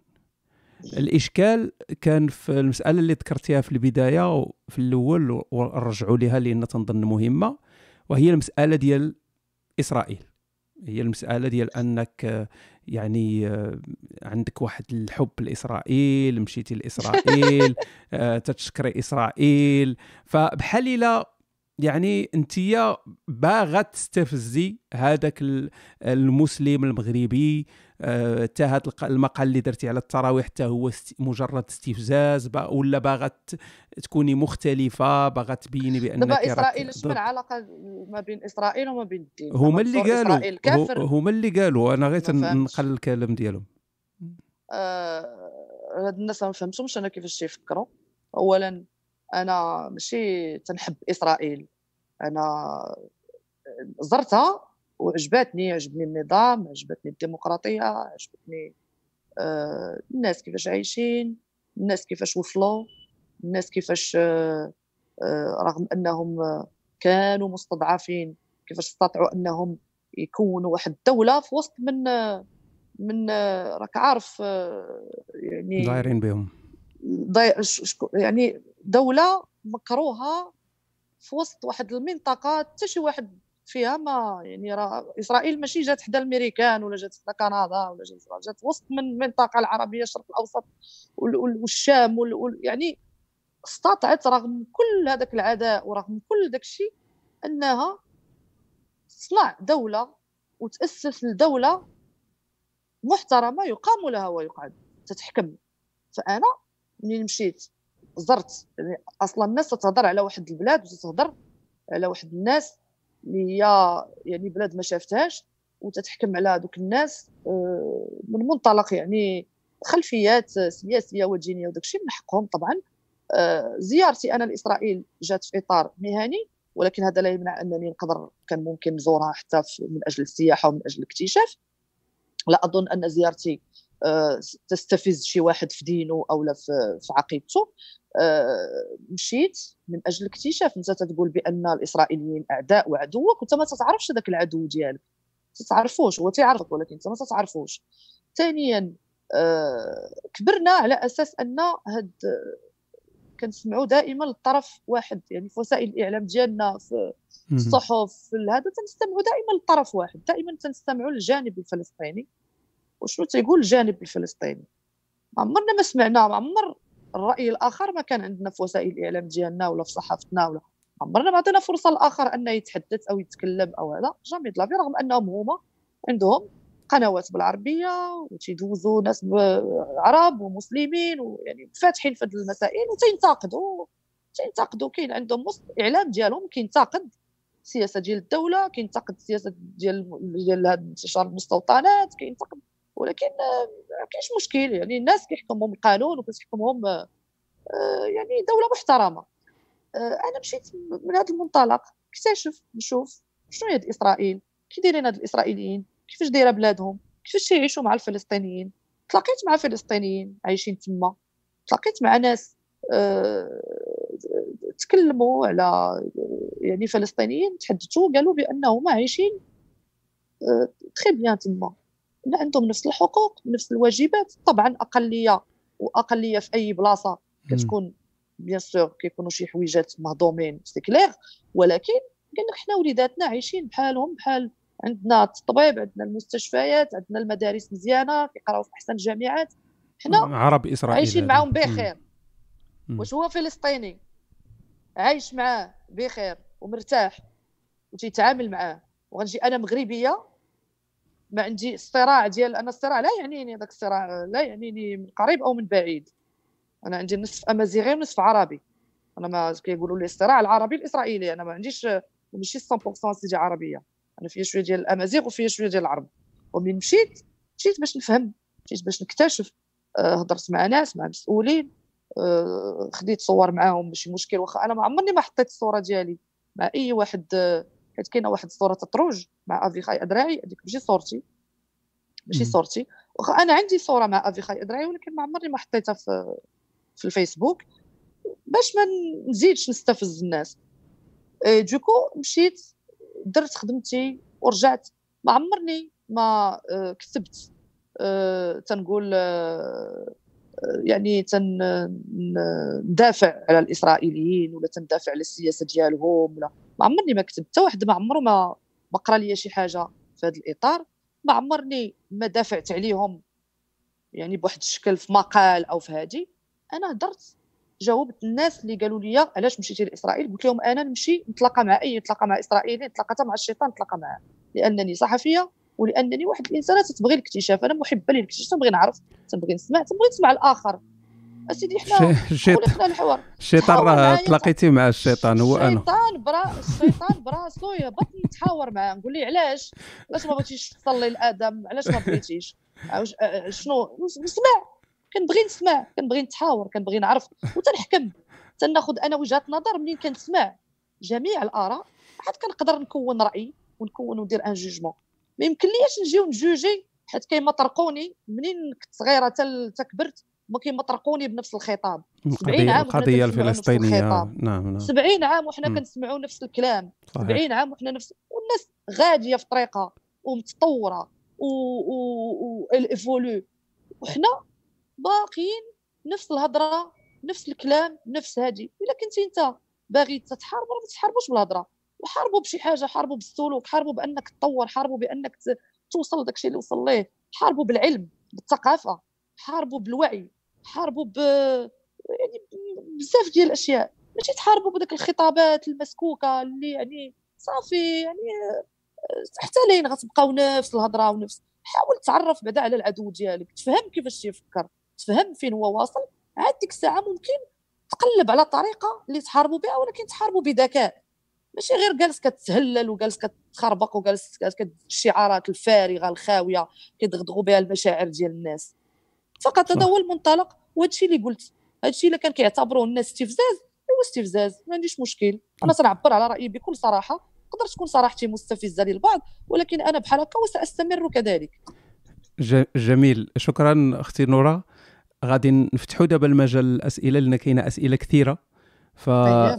الاشكال كان في المساله اللي ذكرتيها في البدايه وفي الاول ونرجعوا لها لان تنظن مهمه، وهي المساله ديال اسرائيل. هي المسألة ديال أنك آه، يعني آه، عندك واحد الحب لإسرائيل، مشيتي لإسرائيل، آه، تتشكري إسرائيل، فبحال إلا يعني أنتيا باغا تستفزي هذاك ال- المسلم المغربي. آه، تا هذا الق- المقال اللي درتي على التراويح حتى هو است- مجرد استفزاز، با- ولا باغا ت- تكوني مختلفة، باغا تبيني بأنك دابا راك اسرائيل اش من ضد. علاقه ما بين اسرائيل وما بين الدين؟ زعما هما اللي بزور قالوا، اسرائيل هو كافر؟ هما اللي قالوا، انا غير ما فهمتش. تنقل الكلام ديالهم. آه، هاد الناس ما فهمتهمش انا كيفاش تيفكروا. اولا انا ماشي تنحب اسرائيل، انا زرتها وعجباتني، عجبني النظام، عجبتني الديمقراطيه، عجبتني آه، الناس كيفاش عايشين، الناس كيفاش وصلوا، الناس كيفاش آه، آه، رغم انهم آه، كانوا مستضعفين كيفاش استطاعوا انهم يكونوا واحد الدوله في وسط من آه، من آه، راك عارف آه، يعني دايرين بهم. ضي... ش- شكو- يعني دوله مكروهه في وسط واحد المنطقه حتى شي واحد فيها ما يعني راه اسرائيل ماشي جات حدا الامريكان ولا جات حدا كندا ولا جات جات وسط من المنطقه العربيه الشرق الاوسط وال- وال- والشام وال- وال- يعني استطاعت رغم كل هذاك العداء ورغم كل داك الشيء انها تصنع دوله وتاسس لدوله محترمه يقام لها ويقعد تتحكم. فانا منين مشيت زرت يعني اصلا الناس تتهضر على واحد البلاد وتتهضر على واحد الناس اللي هي يعني بلاد ما شافتهاش وتتحكم على هذوك الناس آه، من منطلق يعني خلفيات سياسيه ودينيه وداك الشيء من حقهم طبعا. آه، زيارتي انا لاسرائيل جات في اطار مهني، ولكن هذا لا يمنع انني نقدر كان ممكن نزورها حتى من اجل السياحه ومن اجل الاكتشاف. لا اظن ان زيارتي آه، تستفز شي واحد في دينه او لا في في عقيدته. آه، مشيت من اجل الاكتشاف. انت تقول بان الاسرائيليين اعداء وعدوك وانت ما تتعرفش ذاك العدو ديالك، ما تتعرفوش، هو تيعرفك ولكن انت ما تتعرفوش. ثانيا آه، كبرنا على اساس ان هاد كنسمعوا دائما للطرف واحد، يعني في وسائل الاعلام ديالنا في مم. الصحف في هذا تنستمعوا دائما لطرف واحد، دائما تنستمعوا للجانب الفلسطيني. وشنو تيقول الجانب الفلسطيني؟ ما عمرنا ما سمعنا، ما عمر الراي الاخر ما كان عندنا في وسائل الاعلام ديالنا ولا في صحافتنا، ولا عمرنا ما عطينا فرصه للاخر انه يتحدث او يتكلم او هذا جامي دلافي، رغم انهم هما عندهم قنوات بالعربيه وتيدوزوا ناس عرب ومسلمين ويعني فاتحين في هذه المسائل وتينتقدوا تينتقدوا كاين عندهم وسط الاعلام ديالهم كينتقد السياسه ديال الدوله، كينتقد السياسه ديال ديال انتشار المستوطنات، كينتقد. ولكن ما كاينش مشكل، يعني الناس كيحكمهم القانون وكتحكمهم آه، يعني دوله محترمه. آه، انا مشيت من هذا المنطلق نكتشف نشوف شنو هي هاد اسرائيل، كي دايرين هاد الاسرائيليين، كيفاش دايره بلادهم، كيفاش تيعيشوا مع الفلسطينيين. تلاقيت مع فلسطينيين عايشين تما، تلاقيت مع ناس آه، تكلموا على يعني فلسطينيين تحدثوا قالوا بانهم عايشين تري بيان تما، عندهم نفس الحقوق نفس الواجبات. طبعا اقليه واقليه في اي بلاصه كتكون بيان سور كيكونوا شي حويجات مهضومين سي كلير، ولكن قال لك حنا وليداتنا عايشين بحالهم بحال، عندنا التطبيب، عندنا المستشفيات، عندنا المدارس مزيانه، كيقراو في احسن الجامعات، حنا عرب اسرائيل عايشين معاهم بخير. واش هو فلسطيني عايش معاه بخير ومرتاح وتيتعامل معاه، وغنجي انا مغربيه ما عندي الصراع ديال انا الصراع لا يعنيني، داك الصراع لا يعنيني من قريب او من بعيد، انا عندي نصف امازيغي ونصف عربي، انا ما كيقولوا لي الصراع العربي الاسرائيلي، انا ما عنديش ماشي مية بالمية سيدي عربيه، انا فيا شويه ديال الامازيغ وفيا شويه ديال العرب. ومن مشيت مشيت باش نفهم، مشيت باش نكتشف، هضرت مع ناس مع مسؤولين، أه خديت صور معاهم ماشي مشكل، واخا انا ما عمرني ما حطيت الصوره ديالي مع اي واحد، حيت كاينه واحد الصوره تطروج مع افيخاي ادراعي، هذيك ماشي صورتي ماشي صورتي، واخا انا عندي صوره مع افيخاي ادراعي ولكن ما عمرني ما حطيتها في في الفيسبوك باش ما نزيدش نستفز الناس. اي دوكو مشيت درت خدمتي ورجعت، ما عمرني ما كتبت أه تنقول أه يعني تندافع على الاسرائيليين ولا تندافع على السياسه ديالهم، ولا ما عمرني ما كتبت، حتى واحد ما عمره ما ما قرا لي شي حاجه في هذا الاطار، ما عمرني ما دافعت عليهم يعني بواحد الشكل في مقال او في هذه. انا هضرت جاوبت الناس اللي قالوا لي علاش مشيتي لاسرائيل، قلت لهم انا نمشي نتلاقى مع اي نتلاقى مع اسرائيلي، نتلاقى مع الشيطان نتلاقى معاه، لانني صحفيه ولانني واحد الانسانه تتبغي الاكتشاف، انا محبه للاكتشاف، تنبغي نعرف، تنبغي نسمع، تنبغي نسمع الاخر. اسيدي حنا خلقنا الحوار، الشيطان راه تلاقيتي مع الشيطان، هو انا الشيطان برا الشيطان براسو يهبط نتحاور معاه، نقول ليه علاش علاش ما بغيتيش تصلي لادم، علاش ما بغيتيش شنو نسمع، كنبغي نسمع، كنبغي نتحاور، كنبغي نعرف وتنحكم، تناخذ انا وجهه نظر منين كنسمع جميع الاراء عاد كنقدر نكون راي ونكون وندير ان جوجمون. ما يمكنليش نجيو نجوجي حيت كيما طرقوني منين كنت صغيره حتى كبرت، ما كيما طرقوني بنفس الخطاب. سبعين عام القضيه الفلسطينيه، نعم نعم سبعين عام وحنا كنسمعوا نفس الكلام، سبعين عام وحنا نفس، والناس غاديه في طريقه ومتطوره و و ايفولو، وحنا باقيين نفس الهضره نفس الكلام نفس هذه. الا كنتي انت باغي تتحارب ما تتحاربوش بالهضره، وحاربوا بشي حاجه، حاربوا بالسلوك، حاربوا بانك تطور، حاربوا بانك توصل داكشي اللي وصل ليه، حاربوا بالعلم بالثقافه، حاربوا بالوعي، حاربوا ب يعني بزاف ديال الاشياء، ماشي تحاربوا بداك الخطابات المسكوكه اللي يعني صافي يعني حتى لين غتبقاو نفس الهضره ونفس. حاول تعرف بعدا على العدو ديالك، تفهم كيفاش يفكر، تفهم فين هو واصل، عاد ديك الساعه ممكن تقلب على طريقه اللي تحاربوا بها، ولكن تحاربوا بذكاء، ماشي غير جالس كتهلل وجالس كتخربق وجالس كتدير الشعارات الفارغه الخاويه كيدغدغوا بها المشاعر ديال الناس. فقط هذا هو المنطلق، وهذا الشيء اللي قلت، هذا الشيء اللي كان كيعتبروه الناس استفزاز هو استفزاز، ما عنديش مشكل، انا سنعبر على رايي بكل صراحه، تقدر تكون صراحتي مستفزه للبعض ولكن انا بحال هكا وساستمر كذلك. جميل، شكرا اختي نورة. غادي نفتحوا دابا المجال الاسئله لان كاينه اسئله كثيره، ف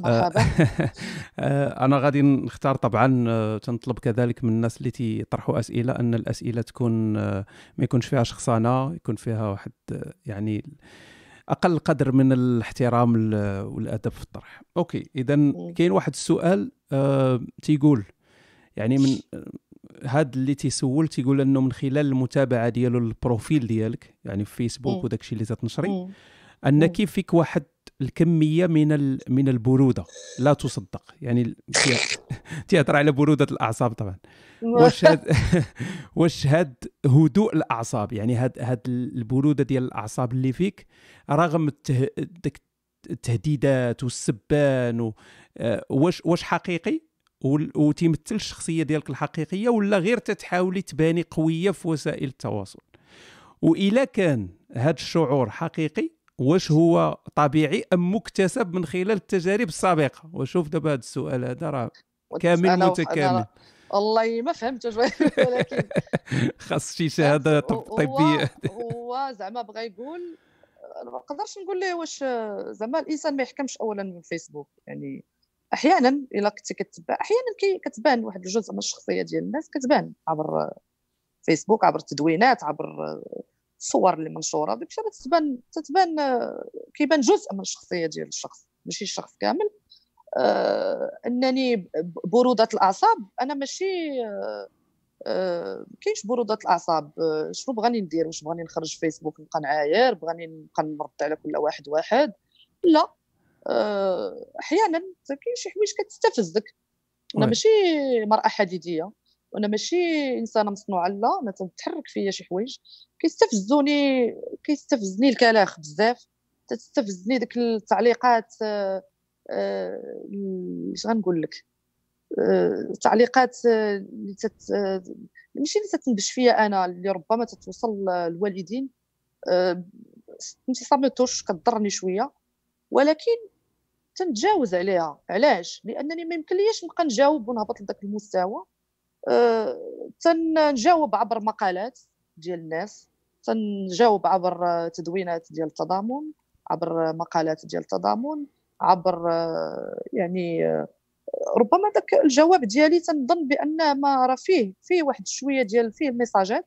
انا غادي نختار طبعا، تنطلب كذلك من الناس اللي تيطرحوا اسئله ان الاسئله تكون ما يكونش فيها شخصنه، يكون فيها واحد يعني اقل قدر من الاحترام والادب في الطرح. اوكي، اذا كاين واحد السؤال أه تيقول يعني من هاد اللي تيسول، تيقول انه من خلال المتابعه ديالو البروفيل ديالك يعني في فيسبوك وداكشي اللي تتنشري، انك فيك واحد الكميه من من البروده لا تصدق، يعني تيهضر على بروده الاعصاب طبعا. واش هاد واش هاد هدوء الاعصاب، يعني هاد هاد البروده ديال الاعصاب اللي فيك رغم داك التهديدات والسبان و... واش واش حقيقي وتيمثل الشخصيه ديالك الحقيقيه، ولا غير تتحاولي تباني قويه في وسائل التواصل؟ وإلا كان هاد الشعور حقيقي واش هو طبيعي ام مكتسب من خلال التجارب السابقه؟ وشوف دابا هذا السؤال هذا راه كامل متكامل، والله ما فهمتش ولكن خاص شي شهاده طبيه. هو زعما بغى يقول أنا ما نقدرش نقول ليه واش زعما الانسان ما يحكمش اولا من فيسبوك. يعني احيانا الا كنتي كتبع احيانا كي كتبان واحد الجزء من الشخصيه ديال الناس كتبان عبر فيسبوك، عبر التدوينات، عبر الصور اللي منشوره، داك الشيء تتبان تتبان كيبان جزء من الشخصيه ديال الشخص ماشي الشخص كامل. آه انني ب- بروده الاعصاب انا ماشي آه كاينش بروده الاعصاب. آه شنو بغاني ندير؟ واش بغاني نخرج فيسبوك نبقى نعاير؟ بغاني نبقى نرد على كل واحد واحد؟ لا. آه احيانا كاين شي حوايج كتستفزك. انا وي ماشي مرأة حديدية، وانا ماشي انسانه مصنوعه، لا. انا تتحرك فيا شي حوايج كيستفزوني، كيستفزني الكلاخ بزاف، تستفزني ديك التعليقات. آه، آه، اش غنقول لك؟ آه، التعليقات آه، اللي تت آه، ماشي اللي تتنبش فيا انا، اللي ربما تتوصل للوالدين. آه، فهمتي صامتوش كضرني شويه، ولكن تنتجاوز عليها. علاش؟ لانني ما يمكنليش نبقى نجاوب ونهبط لذاك المستوى. أه تنجاوب عبر مقالات ديال الناس، تنجاوب عبر آه، تدوينات ديال التضامن، عبر مقالات ديال التضامن، عبر آه، يعني آه، ربما داك الجواب ديالي تنظن بان ما راه فيه فيه واحد شويه ديال فيه ميساجات.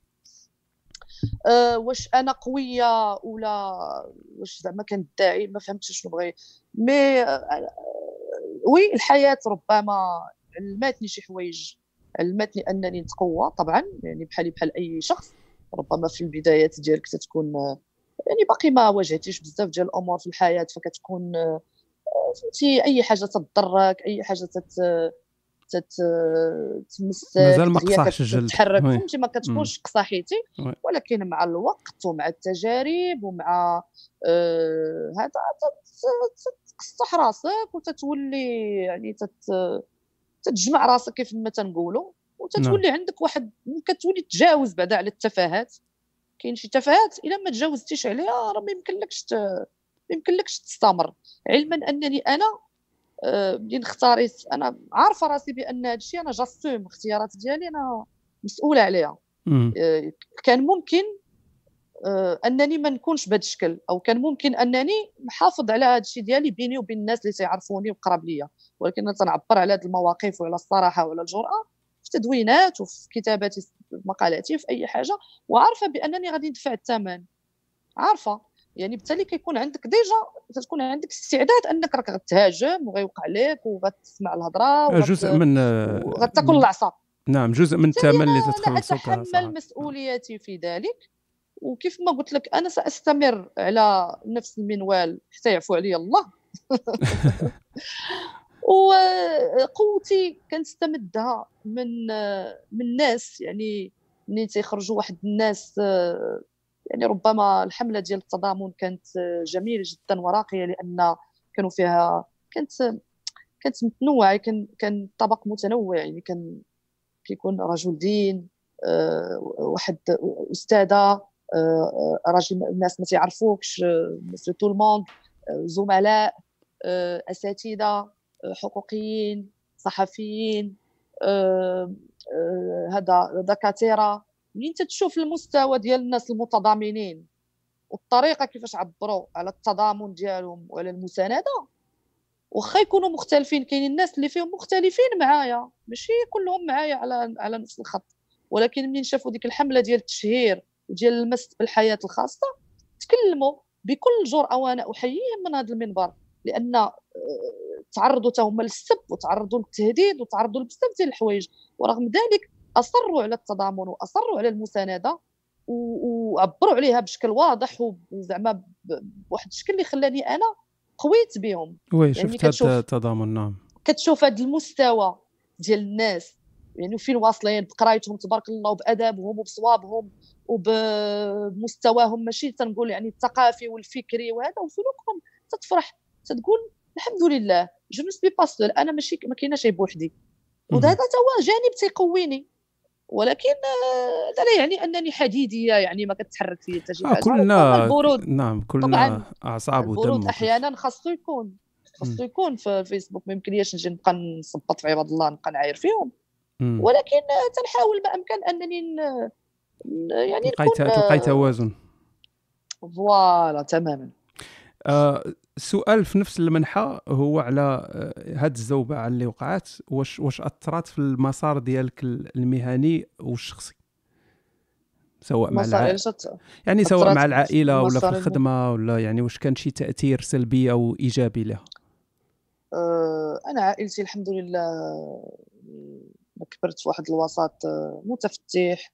أه واش انا قويه ولا واش زعما كندعي؟ ما فهمتش شنو بغي. مي أه وي الحياه ربما علماتني شي حوايج، علمتني انني نتقوى طبعا، يعني بحالي بحال اي شخص. ربما في البدايات ديالك تتكون آه، يعني باقي ما واجهتيش بزاف ديال الامور في الحياه، فكتكون آه، فهمتي اي حاجه تضرك، اي حاجه تت تت تمسك مازال ما دغيا قصحش الجلد. كتحرك، وي. فهمتي ما مم. كتكونش قصاحيتي. وي. ولكن مع الوقت ومع التجارب ومع آه هذا تت- تقصح راسك وتتولي يعني تت تتجمع راسك كيف ما تنقولوا، نعم. وتتولي عندك واحد كتولي تجاوز بعدا على التفاهات. كاين شي تفاهات الا ما تجاوزتيش عليها راه ما يمكنلكش ت... ما يمكنلكش تستمر. علما انني انا آه، ملي اختاريت انا عارفه راسي بان هذا الشيء انا جاستوم الاختيارات ديالي انا مسؤوله عليها. مم. آه، كان ممكن آه، انني ما نكونش بهذا الشكل، او كان ممكن انني نحافظ على هذا الشيء ديالي بيني وبين الناس اللي تيعرفوني وقراب ليا. ولكن انا تنعبر على هذه المواقف وعلى الصراحه وعلى الجرأه في تدوينات وفي كتاباتي في مقالاتي في اي حاجه، وعارفه بانني غادي ندفع الثمن. عارفه. يعني بالتالي كيكون عندك ديجا تكون عندك استعداد انك راك غتهاجم وغيوقع عليك وغتسمع الهضره جزء وغت... من وغتاكل العصا. نعم، جزء من بالتالي الثمن اللي انا لا تتخلصوا صراحه. اتحمل مسؤوليتي في ذلك. وكيف ما قلت لك انا ساستمر على نفس المنوال حتى يعفو علي الله. وقوتي كنستمدها من من ناس، يعني ملي تيخرجوا واحد الناس. يعني ربما الحمله ديال التضامن كانت جميله جدا وراقيه، لان كانوا فيها كانت كانت متنوعه، كان كان طبق متنوع. يعني كان كيكون رجل دين، آه، واحد استاذه، آه، راجل الناس ما تعرفوكش، مسيو تو الموند، زملاء، آه، اساتذه، آه، حقوقيين، صحفيين، آه، آه، هذا دكاتره. ملي انت تشوف المستوى ديال الناس المتضامنين والطريقه كيفاش عبروا على التضامن ديالهم وعلى المسانده، واخا يكونوا مختلفين، كاينين الناس اللي فيهم مختلفين معايا، ماشي كلهم معايا على على نفس الخط. ولكن ملي شافوا ديك الحمله ديال التشهير وديال المس بالحياه الخاصه تكلموا بكل جرأه، وانا احييهم من هذا المنبر، لان آه، تعرضوا حتى هما للسب وتعرضوا للتهديد وتعرضوا لبزاف ديال الحوايج، ورغم ذلك اصروا على التضامن واصروا على المسانده و- وعبروا عليها بشكل واضح وزعما بواحد الشكل اللي خلاني انا قويت بهم. وي، يعني شفت هذا كتشوف التضامن. نعم. كتشوف هذا المستوى ديال الناس، يعني فين واصلين بقرايتهم تبارك الله وبادابهم وبصوابهم وبمستواهم، ماشي تنقول يعني الثقافي والفكري وهذا، وسلوكهم تتفرح، تتقول الحمد لله جو نو سبي با سول، انا ماشي ما كايناش بوحدي. وهذا مهم. تا هو جانب تيقويني. ولكن آه، هذا لا يعني انني حديديه، يعني ما كتحرك فيا حتى شي اه حاجه. ربما كلنا. البرود، نعم، كلنا طبعا اعصاب البرود ودم وكل. احيانا خاصو يكون، مم. خاصو يكون في الفيسبوك. ما يمكنليش نجي نبقى نصبط في عباد الله نبقى نعاير فيهم. مم. ولكن آه، تنحاول ما امكن انني ن... ن- يعني تلقاي نكون تلقاي آه، توازن. فوالا تماما. آه، السؤال في نفس المنحى هو على آه، هاد الزوبعه اللي وقعت، واش واش اثرت في المسار ديالك المهني والشخصي، سواء مع المسار الع... علاش أت- يعني سواء مع اثرت في العائله ولا في المسار الم... الخدمه، ولا يعني واش كان شي تاثير سلبي او ايجابي لها؟ آه، انا عائلتي الحمد لله، آه، كبرت في واحد الوسط آه، متفتح،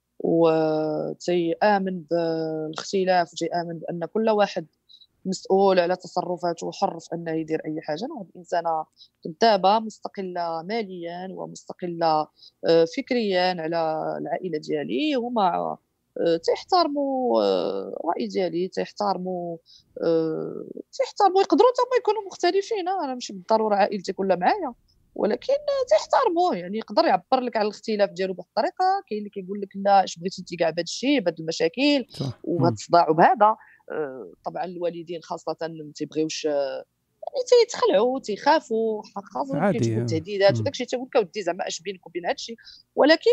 وتيآمن بالاختلاف، وتيآمن بان كل واحد مسؤول على تصرفاته وحر في انه يدير اي حاجه. انا واحد الانسانه كذابه مستقله ماليا ومستقله آه، فكريا على العائله ديالي، هما آه، تيحترموا آه، الراي ديالي، تيحترموا آه، تيحترموا يقدروا حتى هما يكونوا مختلفين. آه، انا ماشي بالضروره عائلتي كلها معايا، ولكن آه، تيحترموه. يعني يقدر يعبر لك على الاختلاف ديالو بواحد الطريقه، كاين اللي كيقول لك لا اش بغيتي انت كاع بهذا الشيء بهذه المشاكل صح. وبهذا مم. الصداع وبهذا. آه، طبعا الوالدين خاصه ما تيبغيوش، آه، يعني تيتخلعوا تيخافوا، خاصه عادي. كيجيبوا آه. التهديدات مم. وداك الشيء، تيقول لك اودي زعما اش بينك وبين هذا الشيء. ولكن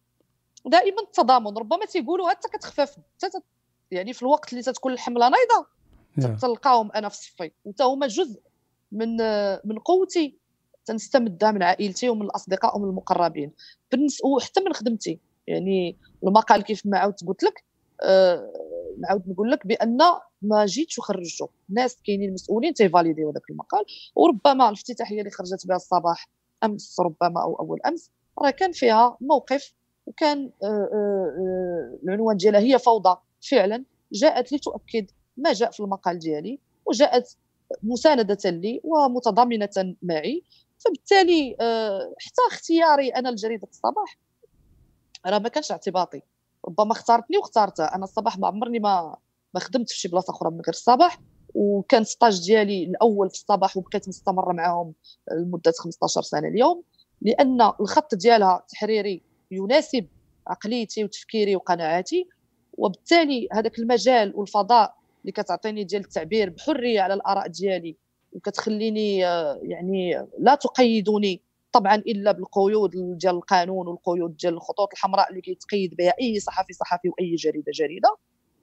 دائما التضامن، ربما تيقولوا حتى كتخفف حتى يعني في الوقت اللي تتكون الحمله نايضه yeah. تلقاهم انا في صفي، وتا هما جزء من من قوتي، تنستمدها من عائلتي ومن الاصدقاء ومن المقربين بالنسبه وحتى من خدمتي. يعني المقال كيف ما عاودت قلت لك، آه نعاود نقول لك بان ما جيتش وخرجته، ناس كاينين مسؤولين تيفاليديو هذاك المقال. وربما الافتتاحيه اللي خرجت بها الصباح امس ربما او اول امس راه كان فيها موقف، وكان آه آه آه العنوان ديالها هي فوضى فعلا، جاءت لتؤكد ما جاء في المقال ديالي، وجاءت مساندة لي ومتضامنة معي. فبالتالي آه، حتى اختياري أنا لجريدة الصباح راه ما كانش اعتباطي، ربما اختارتني واختارتها. أنا الصباح ما عمرني ما ما خدمت في شي بلاصة أخرى من غير الصباح، وكان ستاج ديالي الأول في الصباح وبقيت مستمرة معاهم لمدة خمسطاش سنة اليوم، لأن الخط ديالها تحريري يناسب عقليتي وتفكيري وقناعاتي. وبالتالي هذاك المجال والفضاء اللي كتعطيني ديال التعبير بحريه على الاراء ديالي، وكتخليني آه، يعني لا تقيدني طبعا الا بالقيود ديال القانون والقيود ديال الخطوط الحمراء اللي كيتقيد بها اي صحفي صحفي واي جريده جريده.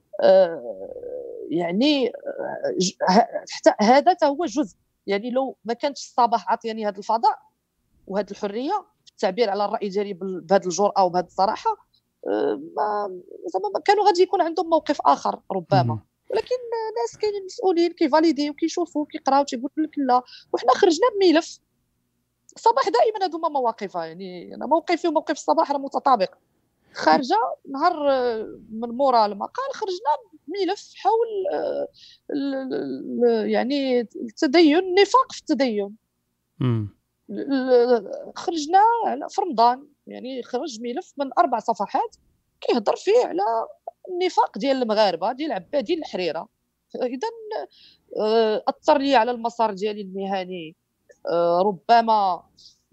آه، يعني آه، حتى هذا هو جزء. يعني لو ما كانتش الصباح عطياني هذا الفضاء وهذه الحريه في التعبير على الراي ديالي بهذه الجرأه وبهذه الصراحه، ما زعما كانوا غادي يكون عندهم موقف اخر ربما. ولكن ناس كاينين مسؤولين كيفاليديو كيشوفوا كيقراو تيقول لك لا، وحنا خرجنا بملف. الصباح دائما هذوما مواقفها، يعني انا موقفي وموقف الصباح راه متطابق. خارجه نهار من مورا المقال خرجنا ملف حول يعني التدين، النفاق في التدين. خرجنا في رمضان، يعني خرج ملف من اربع صفحات كيهضر فيه على النفاق ديال المغاربه ديال عبادين الحريره. اذا اثر لي على المسار ديالي المهني ربما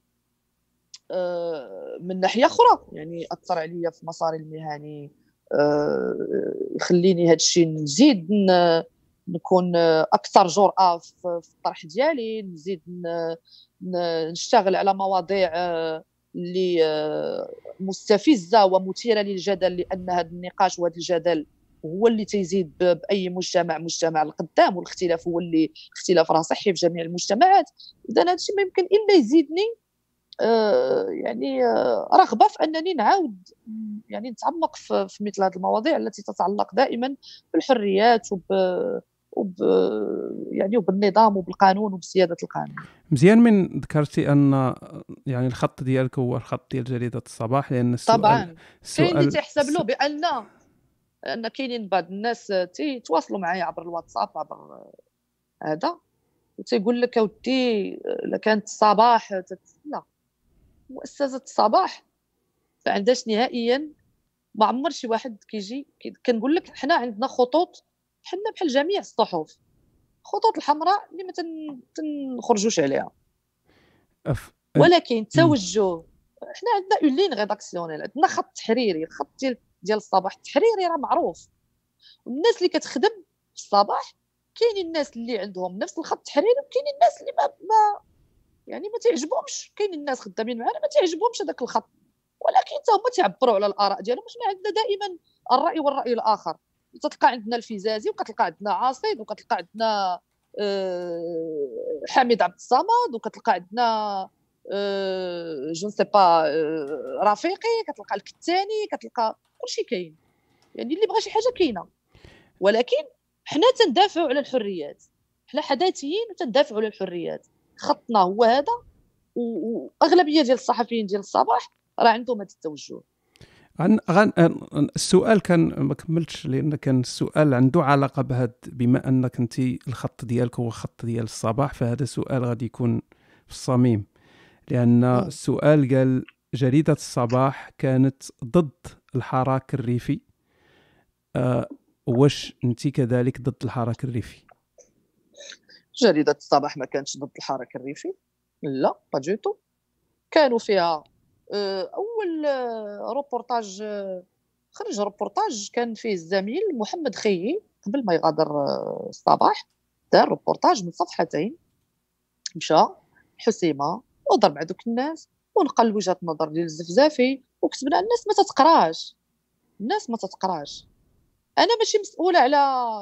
من ناحيه اخرى، يعني اثر عليا في مساري المهني، يخليني هذا الشيء نزيد نكون اكثر جرأه في الطرح ديالي، نزيد نشتغل على مواضيع اللي مستفزه ومثيره للجدل، لان هذا النقاش وهذا الجدل هو اللي تيزيد باي مجتمع مجتمع القدام، والاختلاف هو اللي الاختلاف راه صحي في جميع المجتمعات. اذا هذا الشيء ما يمكن الا يزيدني آه يعني آه رغبه في انني نعاود يعني نتعمق في, في مثل هذه المواضيع التي تتعلق دائما بالحريات وب وب يعني وبالنظام وبالقانون وبسياده القانون. مزيان من ذكرتي ان يعني الخط ديالك هو الخط ديال جريده الصباح، لان السؤال طبعا السؤال كاين اللي تيحسب له بان ان كاينين بعض الناس تيتواصلوا معايا عبر الواتساب عبر هذا وتيقول لك اودي الا كانت الصباح لا، مؤسسه الصباح ما عندهاش نهائيا، ما عمر شي واحد كيجي كنقول لك حنا عندنا خطوط، حنا بحال جميع الصحف خطوط الحمراء اللي ما تنخرجوش عليها. أف... ولكن التوجه حنا عندنا اون لين ريداكسيونيل، عندنا خط تحريري، الخط ديال ديال الصباح التحريري راه معروف، والناس اللي كتخدم في الصباح كاينين الناس اللي عندهم نفس الخط التحريري، وكاينين الناس اللي ما, ما يعني ما تعجبهمش، كاينين الناس خدامين معنا ما تعجبهمش هذاك الخط، ولكن حتى هما تعبروا على الاراء ديالهم. حنا عندنا دائما الراي والراي الاخر، تتلقى عندنا الفيزازي، وكتلقى عندنا عاصيد، وكتلقى عندنا أه حميد عبد الصمد، وكتلقى عندنا أه جو سي با أه رفيقي، كتلقى الكتاني، كتلقى كلشي كاين. يعني اللي بغى شي حاجه كاينه، ولكن حنا تندافعوا على الحريات، حنا حداثيين وتندافعوا على الحريات. خطنا هو هذا، واغلبيه ديال الصحفيين ديال الصباح راه عندهم هذا التوجه. غن غن السؤال كان ما كملتش، لان كان السؤال عنده علاقه بهذا، بما انك انت الخط ديالك هو خط ديال الصباح، فهذا سؤال غادي يكون في الصميم، لان م. السؤال قال جريده الصباح كانت ضد الحراك الريفي، أه واش انت كذلك ضد الحراك الريفي؟ جريده الصباح ما كانتش ضد الحراك الريفي، لا با دوتو. كانوا فيها اول روبورتاج، خرج روبورتاج كان فيه الزميل محمد خيي قبل ما يغادر الصباح، دار روبورتاج من صفحتين، مشى حسيمه وضرب مع دوك الناس ونقل وجهه نظر ديال الزفزافي، وكتبنا الناس ما تتقراش، الناس ما تتقراش. انا ماشي مسؤوله على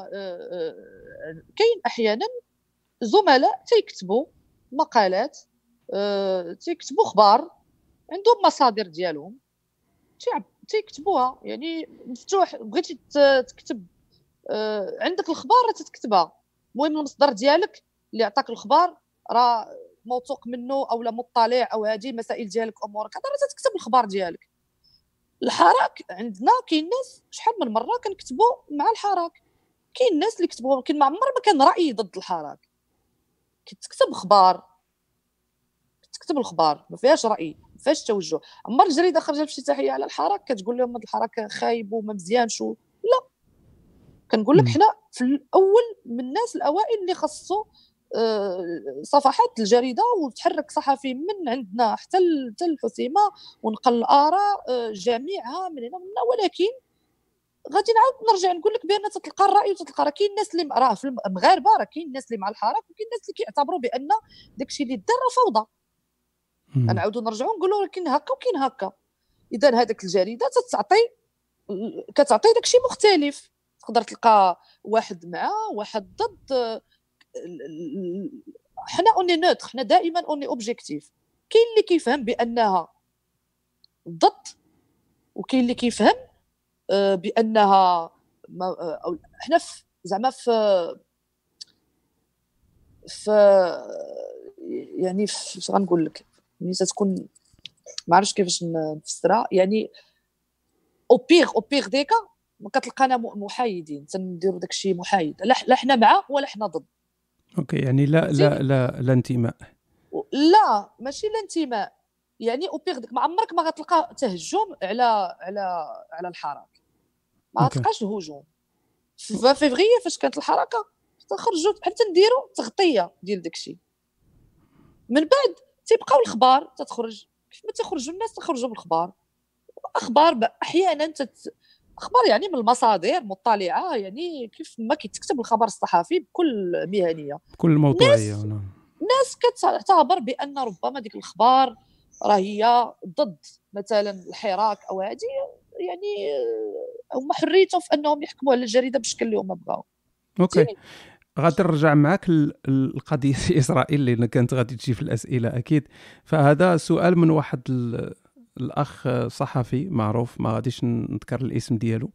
كاين احيانا زملاء تيكتبوا مقالات، تيكتبوا اخبار، عندهم مصادر ديالهم تيكتبوها، يعني مفتوح. بغيتي تكتب عندك الخبار تتكتبها، المهم المصدر ديالك اللي عطاك الخبار راه موثوق منه او لا مطلع او هذه المسائل ديالك امورك، هذا راه تكتب الخبار ديالك. الحراك عندنا كاين ناس شحال من مره كنكتبوا مع الحراك، كاين ناس اللي كتبوا، كاين ما عمر ما كان راي ضد الحراك، كتكتب اخبار، كتكتب الخبار ما فيهاش راي، ما فيهاش توجه. عمر الجريده خرجت بافتتاحيه على الحراك كتقول لهم هذا الحراك خايب وما مزيانش، لا، كنقول لك حنا في الاول من الناس الاوائل اللي خصو صفحات الجريده وتحرك صحفي من عندنا حتى حتى الحسيمه ونقل الاراء جميعها من هنا من هنا. ولكن غادي نعاود نرجع نقول لك بان تتلقى الراي وتتلقى راه كاين الناس اللي راه في المغاربه، راه كاين الناس اللي مع الحراك وكاين الناس اللي كيعتبروا بان داكشي اللي دار راه فوضى. نعاودوا نرجعوا نقولوا كاين هكا وكاين هكا. اذا هذاك الجريده تتعطي كتعطي داكشي مختلف، تقدر تلقى واحد مع واحد ضد. حنا اوني نوتر، حنا دائما اوني اوبجيكتيف. كاين اللي كيفهم بانها ضد، وكاين اللي كيفهم بانها ما حنا زعما في في يعني فاش غنقول لك، يعني تتكون ما عرفتش كيفاش نفسرها، يعني او بيغ او بيغ ديكا كتلقانا محايدين، تنديروا داكشي محايد، لا حنا مع ولا حنا ضد. اوكي، يعني لا لا لا لا انتماء، لا ماشي لا انتماء، يعني او بيغ ديك ما عمرك ما غتلقى تهجم على على على الحراك، ما غتلقاش الهجوم. في فيفري فاش كانت الحركه تخرجوا حتى نديروا تغطيه ديال داكشي، من بعد تيبقاو الخبار تتخرج كيف ما تخرجوا الناس تخرجوا بالخبار. اخبار احيانا تت... اخبار يعني من المصادر مطلعه، يعني كيف ما كيتكتب الخبر الصحفي بكل مهنيه بكل موضوعيه. ناس ناس كتعتبر بان ربما ديك الاخبار راه هي ضد مثلا الحراك او هذه، يعني هما حريتهم في انهم يحكموا على الجريده بالشكل اللي هما بغاو. اوكي، غادي نرجع معك للقضيه اسرائيل لان كانت غادي تجي في الاسئله اكيد. فهذا سؤال من واحد الاخ صحفي معروف، ما غاديش نذكر الاسم ديالو،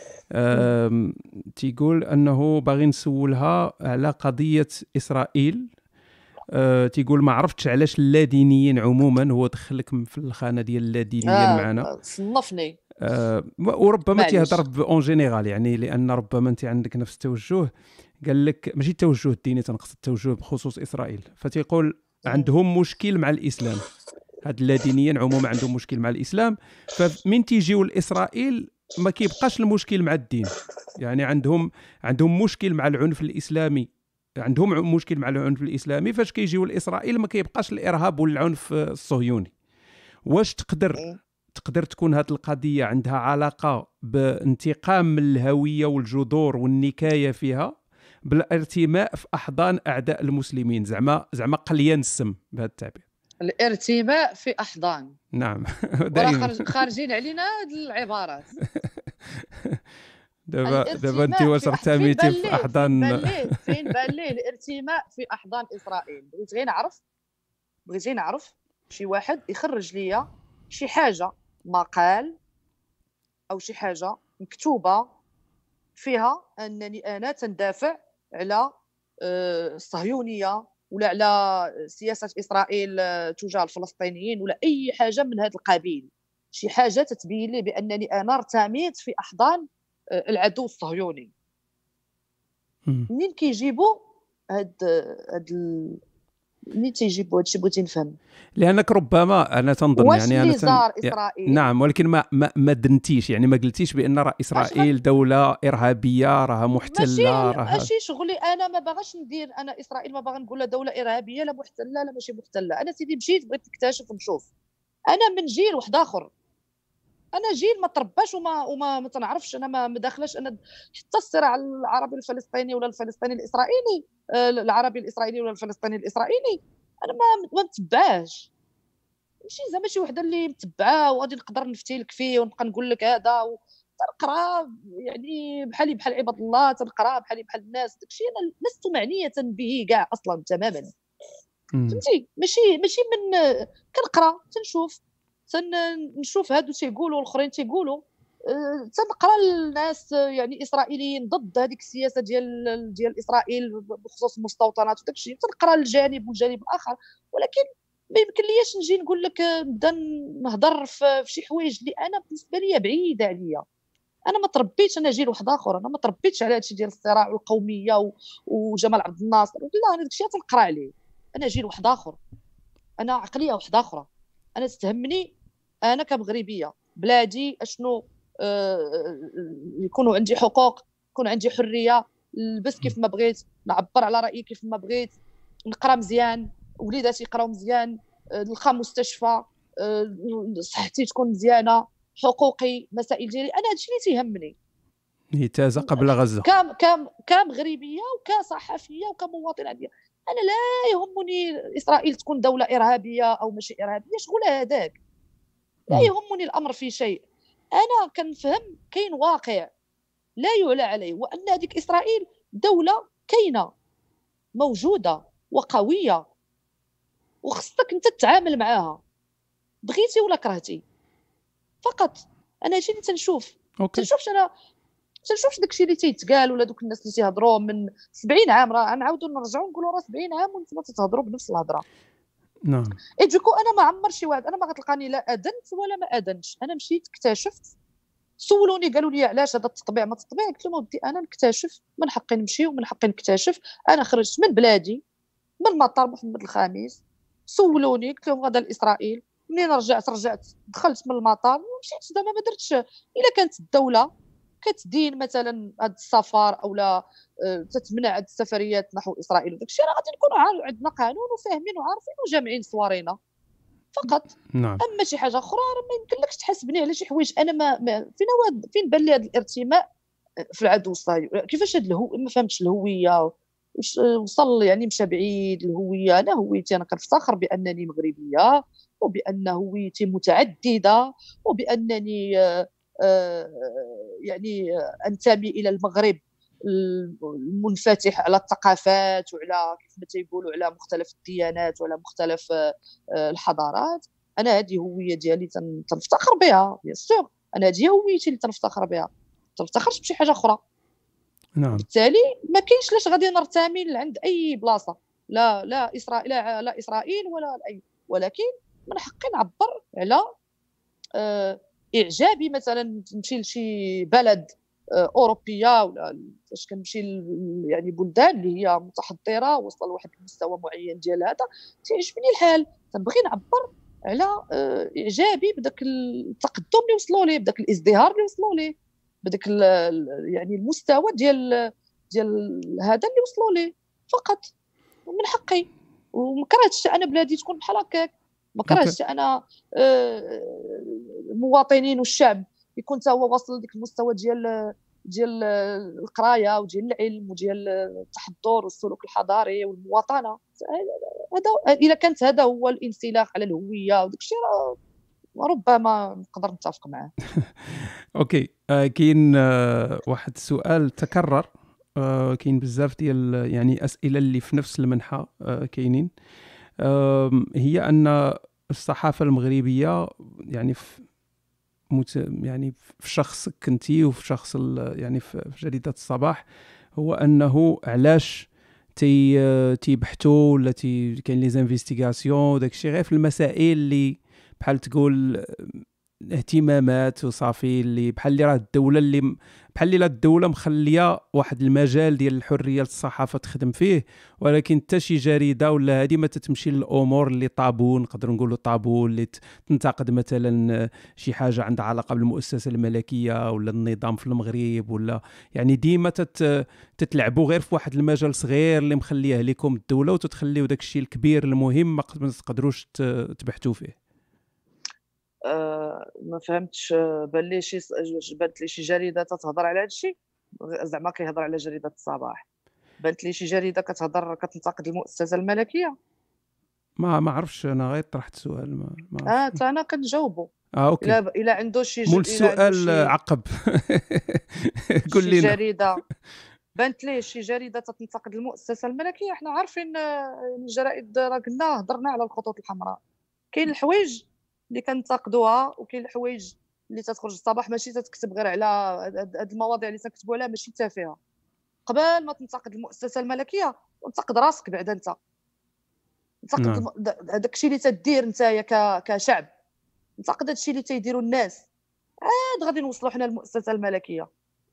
تيقول انه باغي نسولها على قضيه اسرائيل. أه تيقول ما عرفتش علاش اللادينيين عموما، هو دخلك في الخانه ديال اللادينيين آه معنا، صنفني أه وربما تيهضر اون جينيرال، يعني لان ربما انت عندك نفس التوجه. قال لك ماشي التوجه الديني، تنقصد التوجه بخصوص اسرائيل. فتيقول عندهم مشكل مع الاسلام، هاد اللادينيين عموما عندهم مشكل مع الاسلام، فمن تيجيو لاسرائيل ما كيبقاش المشكل مع الدين، يعني عندهم عندهم مشكل مع العنف الاسلامي، عندهم مشكل مع العنف الاسلامي، فاش كيجيو لاسرائيل ما كيبقاش الارهاب والعنف الصهيوني. واش تقدر تقدر تكون هذه القضيه عندها علاقه بانتقام من الهويه والجذور والنكايه فيها، بالارتماء في احضان اعداء المسلمين، زعما زعما قليان السم بهذا التعبير، الارتماء في احضان؟ نعم دائما خارجين علينا هذه العبارات. دابا دابا انت الارتماء واش في أح... فين ارتميتي بان في ليه فين احضان؟ بان ليه فين بان ليه الارتماء في احضان اسرائيل. بغيت غير نعرف بغيت غير نعرف شي واحد يخرج ليا شي حاجه، مقال او شي حاجه مكتوبه فيها انني انا تندافع على آه، الصهيونيه ولا على سياسه اسرائيل آه، تجاه الفلسطينيين ولا اي حاجه من هذا القبيل، شي حاجه تتبين لي بانني انا ارتميت في احضان آه، العدو الصهيوني. مم. منين كيجيبوا هاد هاد ال... منين تيجيبوا هادشي؟ بغيت نفهم. لانك ربما انا تنظن واش يعني انا اللي تن... زار يع- اسرائيل؟ نعم، ولكن ما ما, ما دنتيش، يعني ما قلتيش بان راه اش غن... اسرائيل دوله ارهابيه، راها ماشي محتله، راها. ماشي شغلي انا، ما باغاش ندير انا اسرائيل، ما باغا نقول لها دوله ارهابيه لا محتله لا ماشي محتله. انا سيدي مشيت بغيت نكتشف ونشوف. انا من جيل واحد اخر، انا جيل ما ترباش وما وما ما تنعرفش، انا ما مداخلاش انا حتى الصراع العربي الفلسطيني ولا الفلسطيني الاسرائيلي، آه، العربي الاسرائيلي ولا الفلسطيني الاسرائيلي، انا ما ما نتبعاش. ماشي زعما شي وحده اللي متبعاه وغادي نقدر نفتي لك فيه ونبقى نقول لك هذا و... تنقرا يعني بحالي بحال عباد الله، تنقرا بحالي بحال الناس. داكشي انا لست معنيه به كاع اصلا تماما، مم. فهمتي؟ ماشي ماشي من كنقرا تنشوف تنشوف هادو تيقولوا الاخرين تيقولوا، أه، تنقرا الناس يعني اسرائيليين ضد هذيك السياسه ديال ديال اسرائيل بخصوص المستوطنات وداك الشيء، تنقرا الجانب والجانب الاخر. ولكن ما يمكن ليش نجي نقول لك نبدا نهضر في شي حوايج اللي انا بالنسبه لي بعيده عليا. انا ما تربيتش، انا جيل واحد اخر، انا ما تربيتش على هادشي ديال الصراع والقوميه و... وجمال عبد الناصر، لا انا داكشي تنقرا عليه. انا جيل واحد اخر، انا عقليه واحده اخرى. انا تهمني انا كمغربيه بلادي اشنو، آه، يكونوا عندي حقوق، يكون عندي حريه، نلبس كيف ما بغيت، نعبر على رايي كيف ما بغيت، نقرا مزيان، وليداتي يقراو مزيان، آه، نلقى مستشفى، آه، صحتي تكون مزيانه، حقوقي، مسائل ديالي. انا هادشي اللي تيهمني نتازة قبل غزة. كام كام كمغربيه وكصحفيه وكمواطنه عاديه. انا لا يهمني اسرائيل تكون دوله ارهابيه او ماشي ارهابيه، شغل هذاك لا مم. يهمني الامر في شيء. انا كنفهم كاين واقع لا يعلى عليه، وان هذيك اسرائيل دوله كاينه موجوده وقويه، وخصك انت تتعامل معاها بغيتي ولا كرهتي. فقط انا هادشي اللي تنشوف. اوكي. تنشوفش انا تنشوفش داكشي اللي تيتقال ولا دوك الناس اللي تيهضروا من سبعين عام، راه غنعاودوا نرجعوا نقولوا راه سبعين عام وانتم تتهضروا بنفس الهضره. نعم. اي دوكو انا ما عمر شي واحد، انا ما غتلقاني لا اذنت ولا ما اذنتش. انا مشيت اكتشفت، سولوني قالوا لي علاش هذا التطبيع ما تطبيع، قلت لهم ودي انا نكتشف، من حقي نمشي ومن حقي نكتشف. انا خرجت من بلادي من مطار محمد الخامس، سولوني قلت لهم غدا لاسرائيل. منين رجعت رجعت دخلت من المطار ومشيت. زعما ما درتش. الا كانت الدوله كتدين مثلا هذا السفر او لا آه، تتمنع هذه السفريات نحو اسرائيل وداك الشيء، راه غادي نكونوا عندنا قانون وفاهمين وعارفين وجامعين صوارينا فقط. نعم. اما شي حاجه اخرى راه ما يمكنلكش تحاسبني على شي حوايج انا ما, ما فين هو فين بان لي هذا الارتماء في العدو الصهيوني. كيفاش هذا الهو ما فهمتش الهويه وش وصل يعني مشى بعيد. الهويه انا هويتي انا كنفتخر بانني مغربيه وبان هويتي متعدده وبانني آه، آه، يعني آه، انتمي الى المغرب المنفتح على الثقافات وعلى كيف ما تيقولوا على مختلف الديانات وعلى مختلف آه، آه، الحضارات. انا هذه هويه ديالي تن- تنفتخر بها بيان سور. انا هذه هويتي اللي تنفتخر بها، تنفتخرش بشي حاجه اخرى. نعم. بالتالي ما كاينش لاش غادي نرتمي عند اي بلاصه، لا لا اسرائيل لا, لا اسرائيل ولا اي. ولكن من حقي نعبر على آه، اعجابي، مثلا نمشي لشي بلد آه، اوروبيه ولا فاش كنمشي يعني بلدان اللي هي متحضره واصله لواحد المستوى معين ديال هذا، تيعجبني الحال. تنبغي نعبر على آه، اعجابي بداك التقدم اللي وصلوا ليه، بداك الازدهار اللي وصلوا ليه، بداك يعني المستوى ديال ديال هذا اللي وصلوا ليه فقط. ومن حقي وما كرهتش انا بلادي تكون بحال هكاك، ما كرهتش انا المواطنين والشعب يكون حتى هو واصل لديك المستوى ديال ديال القرايه وديال العلم وديال التحضر والسلوك الحضاري والمواطنه. هذا اذا كانت هذا هو الانسلاخ على الهويه وداك الشيء، وربما نقدر نتفق معاه. اوكي. آه كاين آه واحد السؤال تكرر، آه كاين بزاف ديال يعني اسئله اللي في نفس المنحى آه كاينين. آه هي ان الصحافه المغربيه يعني في مت يعني في شخصك كنتي وفي شخص يعني في جريده الصباح، هو انه علاش تي تيبحثوا ولا تي كاين لي زانفيستيغاسيون داكشي غير في المسائل اللي بحال تقول اهتمامات وصافي، اللي بحال اللي راه الدوله اللي بحال اللي لا الدوله مخليه واحد المجال ديال الحريه للصحافه تخدم فيه، ولكن حتى شي جريده ولا هذه ما تتمشي للامور اللي طابو، نقدر نقولوا طابو، اللي تنتقد مثلا شي حاجه عندها علاقه بالمؤسسه الملكيه ولا النظام في المغرب، ولا يعني ديما تت تتلعبوا غير في واحد المجال صغير اللي مخليه لكم الدوله، وتتخليو داك الشيء الكبير المهم ما تقدروش تبحثوا فيه. أه ما فهمتش. بان لي شي بانت لي شي جريده تتهضر على هذا الشيء، زعما كيهضر على جريده الصباح. بانت لي شي جريده كتهضر كتنتقد المؤسسه الملكيه. ما ما عرفتش، انا غير طرحت سؤال ما ما اه عرفتش. حتى انا كنجاوبو. اه اوكي. الا الا عنده شي ج... مول الا عنده السؤال شي عقب. قول شي لنا. جريده بانت ليه شي جريده تتنتقد المؤسسه الملكيه. احنا عارفين آه، الجرائد، راه قلنا هضرنا على الخطوط الحمراء. كاين الحوايج اللي كنتقدوها، وكاين الحوايج اللي تتخرج الصباح ماشي تتكتب غير على هاد المواضيع اللي تكتبوا عليها ماشي تافهه. قبل ما تنتقد المؤسسه الملكيه وانتقد راسك بعدا انت، انتقد نعم. الم... هذاك الشيء اللي تدير نتايا ك... كشعب. انتقد هذا الشيء اللي تيديروا الناس. عاد غادي نوصلوا حنا للمؤسسه الملكيه.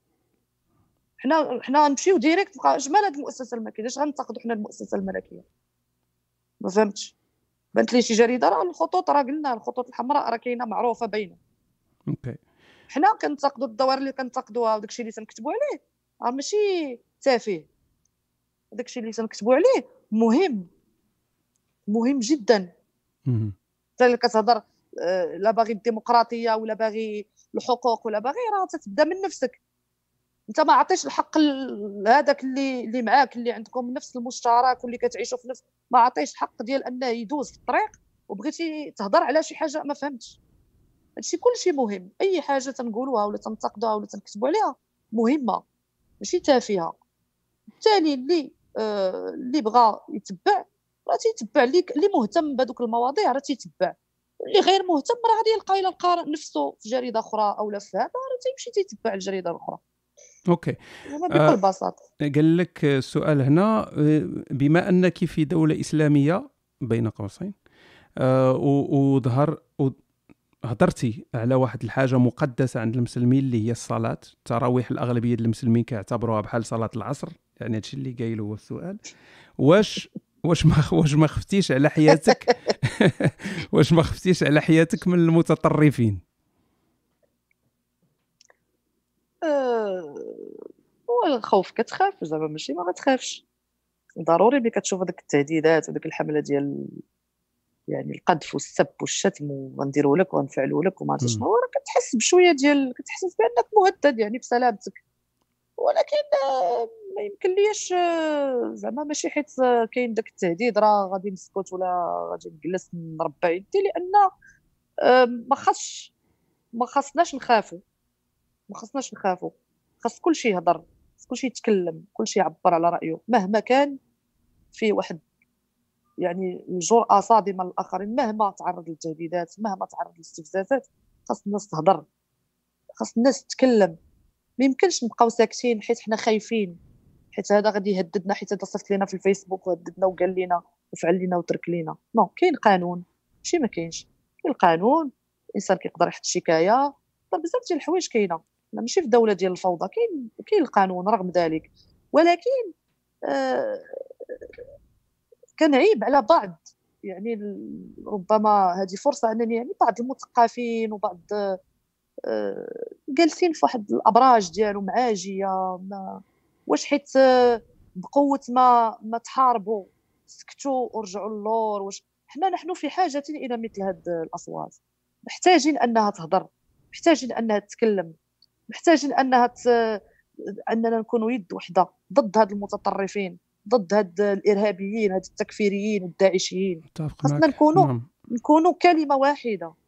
حنا حنا نمشيو ديريكت بقى اجمال هذه المؤسسه الملكيه. علاش غنتقدوا حنا المؤسسه الملكيه؟ ما فهمتش. بانت لي شي جريده راه الخطوط، راه قلنا الخطوط الحمراء راه كاينه معروفه باينه. اوكي. حنا كنتقدوا الدوائر اللي كنتقدوها وداك الشيء اللي تنكتبوا عليه راه ماشي تافه. داك الشيء اللي تنكتبوا عليه مهم، مهم جدا. انت اللي كتهضر آه، لا باغي الديمقراطيه ولا باغي الحقوق ولا باغي، راه تتبدا من نفسك. انت ما عطيش الحق لهذاك اللي اللي معاك، اللي عندكم نفس المشترك واللي كتعيشوا في نفس، ما عطيش الحق ديال انه يدوز في الطريق وبغيتي تهضر على شي حاجه. ما فهمتش. هادشي كلشي مهم. اي حاجه تنقولوها ولا تنتقدوها ولا تنكتبوا عليها مهمه ماشي تافهه. بالتالي اللي آه اللي بغى يتبع راه تيتبع، اللي اللي مهتم بهذوك المواضيع راه تيتبع، اللي غير مهتم راه غادي يلقى الى لقى نفسه في جريده اخرى او لا في هذا راه تيمشي تيتبع الجريده الاخرى. اوكي. بكل آه بساطه. قال لك سؤال هنا، بما انك في دوله اسلاميه بين قوسين، آه وظهر هضرتي على واحد الحاجه مقدسه عند المسلمين اللي هي الصلاه التراويح. الاغلبيه ديال المسلمين كيعتبروها بحال صلاه العصر، يعني هادشي اللي قايل هو السؤال. واش واش ما واش ما خفتيش على حياتك؟ واش ما خفتيش على حياتك من المتطرفين؟ أه... هو الخوف كتخاف زعما، ماشي ما تخافش. ضروري ملي كتشوف هذيك التهديدات وديك الحمله ديال يعني القذف والسب والشتم وغنديروا لك وغنفعلوا لك وما عرفتش شنو، راه كتحس بشويه ديال كتحس بانك مهدد يعني بسلامتك. ولكن آه، ما يمكن ليش آه، زعما ماشي حيت آه، كاين داك التهديد راه غادي نسكت ولا غادي نجلس نربع يدي. لان آه، ما خاصش ما خاصناش نخافوا. ما خاصناش نخافوا. خاص كلشي يهضر، خاص كلشي يتكلم، كلشي يعبر على رايه مهما كان فيه واحد يعني الجرأة صادمة للآخرين. مهما تعرض للتهديدات، مهما تعرض للاستفزازات، خاص الناس تهضر، خاص الناس تتكلم. ما يمكنش نبقاو ساكتين حيت حنا خايفين، حيت هذا غادي يهددنا، حيت هذا صيفط لينا في الفيسبوك وهددنا وقال لنا وفعل لنا وترك لنا. نو، كاين قانون، ماشي ما كاينش. كاين القانون، الانسان كيقدر يحط شكايه. بزاف ديال الحوايج كاينه. حنا ماشي في دوله ديال الفوضى. كاين كاين القانون رغم ذلك. ولكن آه كنعيب على بعض يعني ربما هذه فرصه انني يعني بعض المثقفين وبعض آه جالسين في واحد الابراج ديالهم عاجيه. ما واش حيت آه بقوه ما ما تحاربوا سكتوا ورجعوا للور؟ واش حنا نحن في حاجه الى مثل هذه الاصوات؟ محتاجين انها تهضر، محتاجين انها تتكلم، محتاجين انها ت... اننا نكونوا يد وحده ضد هاد المتطرفين، ضد هاد الارهابيين، هاد التكفيريين والداعشيين. اتفق خاصنا معك. نكونوا نعم. نكونوا كلمه واحده.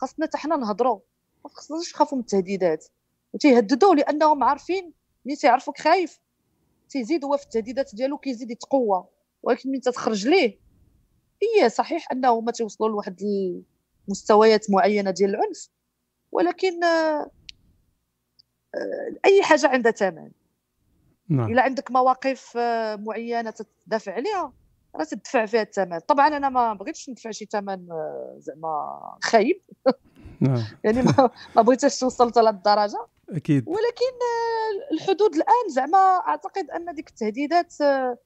خاصنا حتى حنا نهضروا، ما خصناش نخافوا من التهديدات وتيهددوا لانهم عارفين ملي تيعرفوك خايف تيزيد هو في التهديدات ديالو كيزيد يتقوى. ولكن ملي تتخرج ليه هي صحيح انه ما توصلوا لواحد المستويات معينه ديال العنف، ولكن آه، آه، اي حاجه عندها ثمن. نعم الا عندك مواقف آه، معينه تدافع عليها راه تدفع فيها الثمن. طبعا انا ما بغيتش ندفع شي ثمن آه، زعما خايب، نعم يعني ما ما بغيتش توصلت لهاد الدرجه. اكيد. ولكن آه، الحدود الان زعما اعتقد ان ديك التهديدات آه،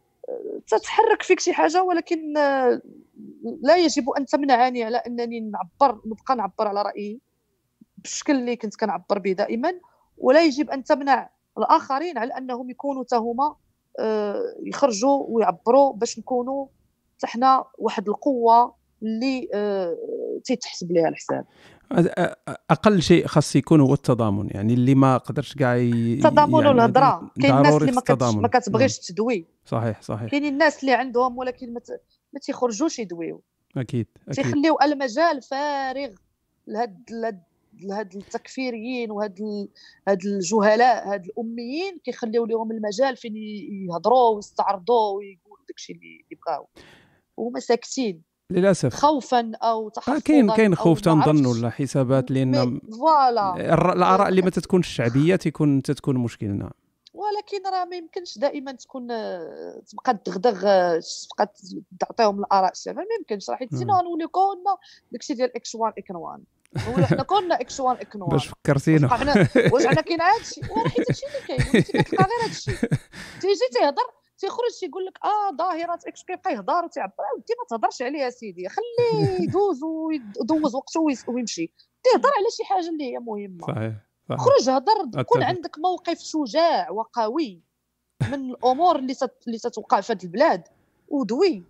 تتحرك فيك شي حاجه، ولكن آه، لا يجب ان تمنعني على انني نعبر نبقى نعبر على رايي بالشكل اللي كنت كنعبر به دائما. ولا يجب ان تمنع الاخرين على انهم يكونوا حتى هما آه، يخرجوا ويعبروا باش نكونوا حتى حنا واحد القوه اللي آه، تيتحسب ليها الحساب. أ- أ- اقل شيء خاص يكون هو التضامن، يعني اللي ما قدرش كاع ي- التضامن يعني والهضره. كاين الناس ضروري اللي في ما كتش التضامن. ما نعم كتبغيش تدوي، صحيح صحيح كاينين الناس اللي عندهم ولكن ما ت- ما تيخرجوش يدويو، اكيد اكيد. تيخليو المجال فارغ لهاد لهاد لهاد التكفيريين وهاد ال... هاد الجهلاء هاد الاميين، كيخليو لهم المجال فين ي- يهضروا ويستعرضوا ويقولوا داكشي اللي اللي بغاو وهما ساكتين للاسف خوفا او آه، تحفظا كاين كاين او خوف ما تنظن عرفتش. ولا حسابات، مي لان فوالا الر- الاراء اللي ما تتكونش شعبيه تيكون تتكون مشكل. نعم ولكن راه ما يمكنش دائما تكون آه، تبقى تدغدغ آه، تبقى تعطيهم الاراء الشعبيه، ما يمكنش. راه حيت سينو نعم. غنوليو كلنا داكشي ديال اكس واحد اكس واحد، نقولوا حنا كلنا اكس واحد اكس باش واحد. فكرتينا. واش حنا واش حنا كاين هادشي؟ وراه حيت هادشي اللي كاين، وليتي كتلقى غير هادشي. تيجي تيهضر تيخرج تيقول لك اه ظاهره اكس، كيبقى يهضر وتيعبر. ودي ما تهضرش عليه سيدي، خليه يدوز ويدوز وقته ويس- ويمشي، تيهضر على شي حاجه اللي هي مهمه. صحيح صحيح خرج هضر، كون اتفق. عندك موقف شجاع وقوي من الامور اللي تت... اللي تتوقع في هذه البلاد، ودوي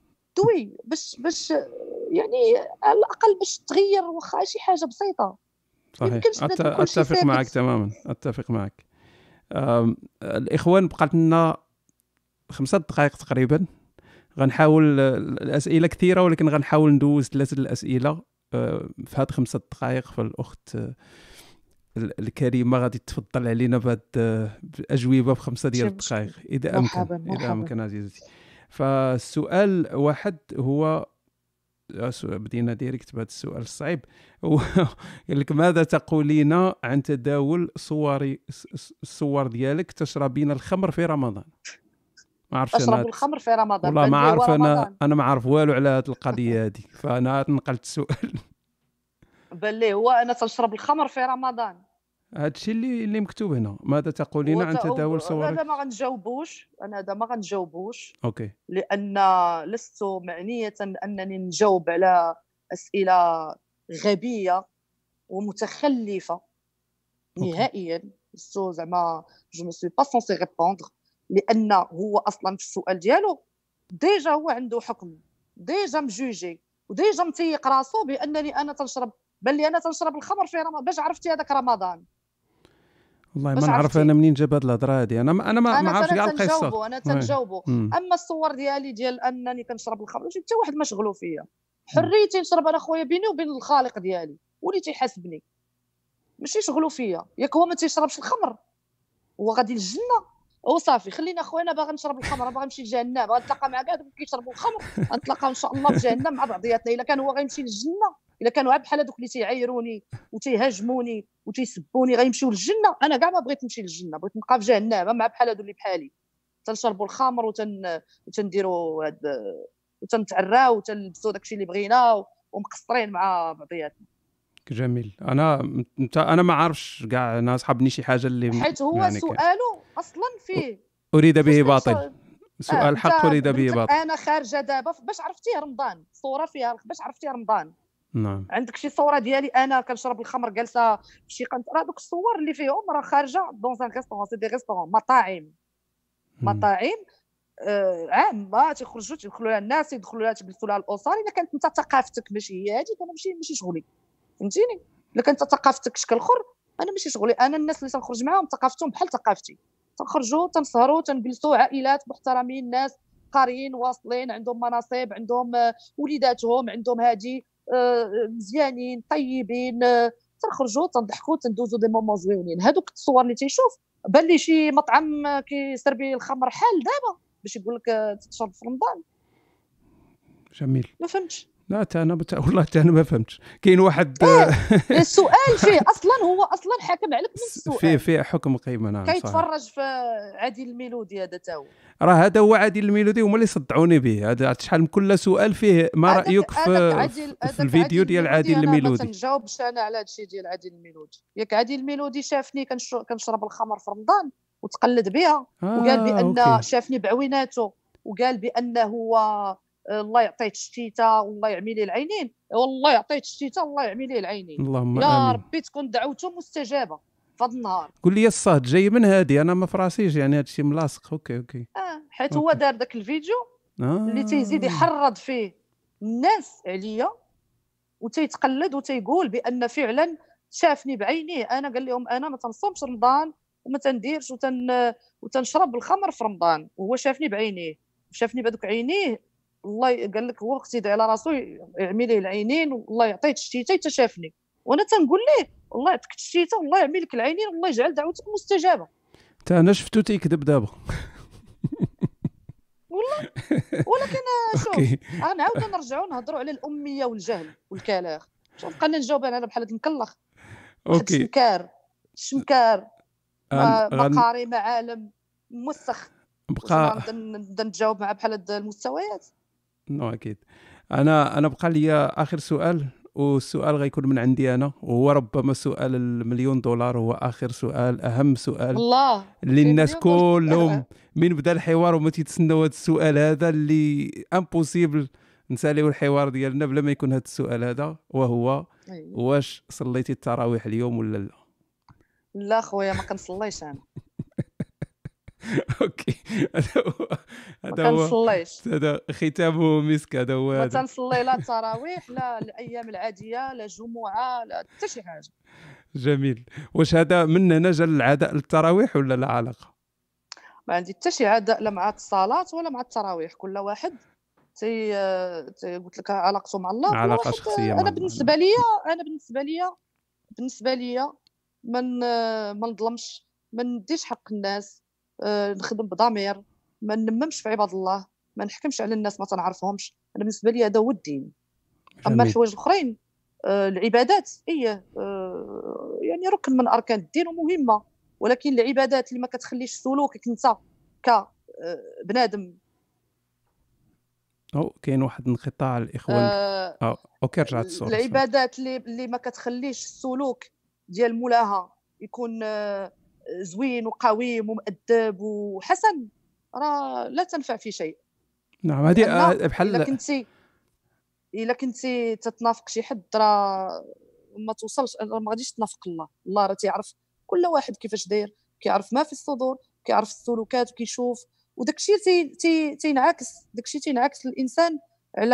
دوي باش باش يعني على الاقل باش تغير واخا شي حاجه بسيطه. ما صحيح يمكنش أت- بنادم كلشي اتفق معك ساكت. تماما اتفق معك. أم، الاخوان بقات لنا خمسة دقائق تقريبا. غنحاول الاسئله كثيره ولكن غنحاول ندوز ثلاثه الاسئله أه، في هاد خمسة دقائق. فالاخت أه، الكريمه غادي تفضل علينا بهاد أه، الاجوبه في خمسه ديال شي مشكل. الدقائق اذا امكن. مرحبا اذا مرحبا. امكن عزيزتي. فالسؤال واحد هو سؤال- بدينا ديريكت بهذا السؤال الصعيب. هو يقول لك ماذا تقولين عن تداول صور الصور ديالك تشربين الخمر في رمضان؟ ما عرفتش اشرب انا الخمر في رمضان؟ والله بان ما لي هو عارف. انا رمضان. انا ما عارف والو على هذه القضيه هذه، فانا نقلت السؤال. بان لي هو انا تنشرب الخمر في رمضان. هذا الشيء اللي اللي مكتوب هنا. ماذا تقولين عن وت- تداول هذا صورك؟ ما غنجاوبوش، انا هذا ما غنجاوبوش اوكي لان لست معنيه انني نجاوب على اسئله غبيه ومتخلفه اوكي نهائيا. سو زعما جو مو سوي با سونسي ريبوندر، لان هو اصلا في السؤال ديالو ديجا هو عنده حكم، ديجا مجوجي وديجا متيق راسو بانني انا تنشرب. بل لي انا تنشرب الخمر في رمضان. باش عرفتي هذاك رمضان؟ والله ما باش نعرف عرفتي؟ انا منين جاب هذه الهضره هذه. انا ما انا ما, ما انا عرفتش انا كاع القصه. تنجاوبو انا وي. تنجاوبو. أمم. اما الصور ديالي ديال انني كنشرب الخمر ماشي حتى واحد مشغلو فيا، أمم. حريتي نشرب انا خويا بيني وبين الخالق ديالي واللي تيحاسبني، ماشي شغلو فيا. ياك هو ما تيشربش الخمر هو غادي للجنه وصافي. خلينا خويا باغي نشرب الخمر، باغي نمشي لجهنم، غنتلاقى مع كاع دوك كيشربوا الخمر، غنتلاقاو ان شاء الله في جهنم مع بعضياتنا. الا كان هو غيمشي للجنه، الا كانوا عا بحال هذوك اللي تيعايروني وتيهاجموني وتيسبوني غيمشيو للجنه، انا كاع ما بغيت نمشي للجنه، بغيت نبقى في جهنم مع بحال هذو اللي بحالي تنشربوا الخمر وتن وتنديروا هاد وتنتعراو وتنلبسوا داكشي اللي بغينا ومقصرين مع بعضياتنا. جميل. انا انت انا ما عارفش كاع. انا صحابني شي حاجه اللي حيت هو يعني كان. سؤاله اصلا فيه اريد به فاش باطل. تنشرب. آه سؤال انت حق اريد به قلت لك باطل. انا خارجه دابا باش عرفتيه رمضان، صوره فيها باش عرفتيه رمضان. نعم عندك شي صوره ديالي انا كنشرب الخمر جالسه في شي قنت، راه دوك الصور اللي فيهم راه خارجه دون ان ريستورون، سي دي ريستورون مطاعم أمم. مطاعم آه عامه تيخرجوا تيدخلوا لها الناس، يدخلوا لها تجلسوا لها الاسر. الا كانت انت ثقافتك ماشي هي هذيك انا ماشي ماشي شغلي، فهمتيني؟ الا كانت ثقافتك شكل اخر انا ماشي شغلي. انا الناس اللي تنخرج معاهم ثقافتهم بحال ثقافتي، تنخرجوا تنسهروا تنجلسوا عائلات محترمين، ناس قاريين واصلين عندهم مناصب عندهم آه، وليداتهم عندهم هادي مزيانين طيبين، تنخرجوا تنضحكوا تندوزوا دي مومون زوينين. هذوك التصور اللي تيشوف بان لي شي مطعم كيسربي الخمر حال دابا باش يقول لك تشرب في رمضان. جميل. ما فهمتش. لا تا انا بتا... والله تا انا ما فهمتش. كاين واحد إيه السؤال فيه اصلا هو اصلا حاكم عليك من السؤال، فيه فيه حكم قيمه. نعم كيتفرج في عادل الميلودي هذا تا هو راه هذا هو عادل الميلودي هما اللي صدعوني به. هذا شحال من كل سؤال فيه ما رايك في, في الفيديو ديال عادل الميلودي. انا ما تنجاوبش انا على هذا الشيء ديال عادل الميلودي. ياك عادل الميلودي شافني كنشرب الخمر في رمضان وتقلد بها آه وقال بان أوكي. شافني بعويناته وقال بانه هو الله يعطيه الشتيته والله يعمي ليه العينين. والله يعطيه الشتيته والله يعمي ليه العينين. اللهم يا آمين. ربي تكون دعوته مستجابه في هذا النهار. قول لي الصهد جاي من هذه انا ما فراسيش يعني هذا الشيء ملاصق. اوكي اوكي اه حيت أوكي. هو دار داك الفيديو آه. اللي تيزيد يحرض فيه الناس عليا وتيتقلد وتيقول بان فعلا شافني بعينيه. انا قال لهم انا ما تنصومش رمضان وما تنديرش وتن وتنشرب الخمر في رمضان، وهو شافني بعينيه شافني بهذوك عينيه. الله قال لك هو اقتدى على راسو يعمي ليه العينين والله يعطيه الشتيته حتى شافني. وانا تنقول ليه والله يعطيك الشتيته والله يعمي لك العينين والله يجعل دعوتك مستجابه. تا انا شفتو تيكذب دابا والله. ولكن شوف غنعاودو نرجعوا نهضروا على الاميه والجهل والكلاغ. شوف بقينا نجاوب انا بحال هذا المكلخ. اوكي الشمكار الشمكار مقاري معالم موسخ بقى نبدا نتجاوب مع بحال هاد المستويات. نو اكيد. انا انا بقى لي اخر سؤال، والسؤال غيكون من عندي انا، وهو ربما سؤال المليون دولار، هو اخر سؤال اهم سؤال الله اللي الناس كلهم من بدا الحوار وما تيتسناو هذا السؤال هذا اللي امبوسيبل نساليو الحوار ديالنا بلا ما يكون هذا السؤال هذا، وهو واش صليتي التراويح اليوم ولا لا؟ لا خويا ما كنصليش انا. اوكي هذا هو هذا هو هذا ختامه مسك. هذا هو ما تنصلي لا التراويح لا الايام العاديه لا جمعه لا حتى شي حاجه. جميل. واش هذا من هنا جا العداء للتراويح ولا لا علاقه؟ ما عندي حتى شي عداء لا مع الصلاه ولا مع التراويح. كل واحد تي قلت لك علاقته مع الله علاقه شخصيه. انا بالنسبه لي انا بالنسبه لي بالنسبه لي من ما نظلمش، ما نديش حق الناس، أه نخدم بضمير، ما ننممش في عباد الله، ما نحكمش على الناس ما تنعرفهمش. انا بالنسبه لي هذا هو الدين. اما الحوايج الاخرين أه العبادات هي أه يعني ركن من اركان الدين ومهمه، ولكن العبادات اللي ما كتخليش سلوكك انت كبنادم. او كاين واحد انقطاع الاخوان. أه اه اوكي رجعت الصوره. العبادات اللي اللي ما كتخليش السلوك ديال مولاها يكون أه زوين وقويم ومؤدب وحسن، راه لا تنفع في شيء. نعم هذه بحال الا كنتي الا كنتي تتنافق شي حد راه ما توصلش، ما غاديش تنافق الله. الله راه تيعرف كل واحد كيفاش داير، كيعرف ما في الصدور، كيعرف السلوكات وكيشوف، وداكشي تي تي تينعكس داكشي تينعكس الانسان على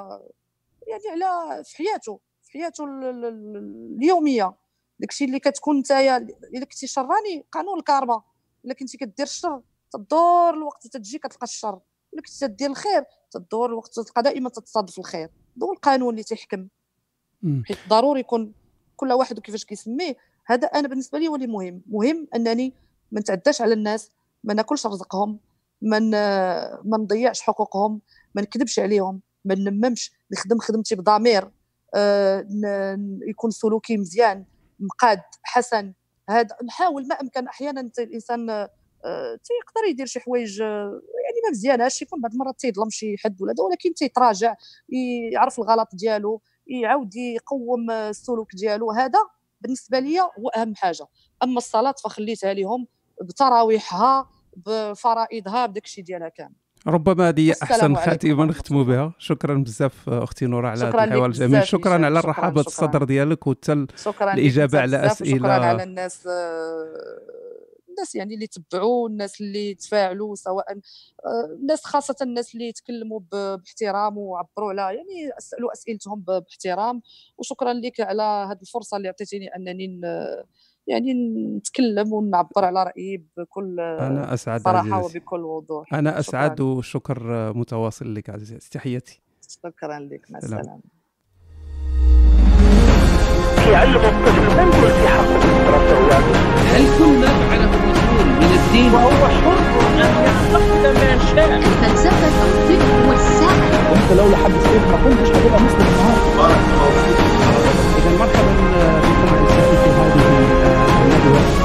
يعني على في حياته في حياته اليوميه. داكشي اللي كتكون نتايا الا كنتي شراني قانون الكارما، الا كنتي كدير الشر تدور الوقت تتجي كتلقى الشر، الا كنتي تدير الخير تدور الوقت تلقى دائما تتصادف الخير. هو القانون اللي تيحكم، حيت ضروري يكون كل واحد وكيفاش كيسميه. هذا انا بالنسبه لي هو اللي مهم. مهم انني ما نتعداش على الناس، ما ناكلش رزقهم، ما ما نضيعش حقوقهم، ما نكذبش عليهم، ما ننممش، نخدم خدمتي بضمير، آه يكون سلوكي مزيان مقاد حسن. هذا نحاول ما امكن. احيانا الانسان آه تيقدر يدير شي حوايج آه يعني ما مزياناش، يكون بعض المرات تيظلم شي حد ولا، ولكن تيتراجع، يعرف الغلط ديالو، يعاود يقوم السلوك ديالو. هذا بالنسبه لي هو اهم حاجه. اما الصلاه فخليتها لهم بتراويحها بفرائضها بداكشي ديالها كامل. ربما هذه احسن خاتمه نختموا بها. شكرا بزاف اختي نورة على هذا الحوار الجميل. شكرا على الرحابه الصدر ديالك وحتى الاجابه على اسئله. شكرا على الناس الناس يعني اللي تبعوا، الناس اللي تفاعلوا، سواء الناس خاصه الناس اللي يتكلموا باحترام وعبروا على يعني سالوا اسئلتهم باحترام. وشكرا لك على هذه الفرصه اللي عطيتيني انني يعني نتكلم ونعبر على رأيي بكل أنا أسعد صراحة وبكل وضوح. أنا أسعد وشكر متواصل لك عزيزتي. تحياتي. شكرا لك. مع السلامة. كيعلموا الطفل ما يقول في حقه في الدراسة هو. هل كل ما فعله الرسول من الدين وهو حر أن يعتقد ما شاء. فلسفة الطب والسعي. وانت لو لحد السيف ما كنتش هتبقى مسلم النهارده. إذا مرحبا بكم أعزائي في هذه الندوة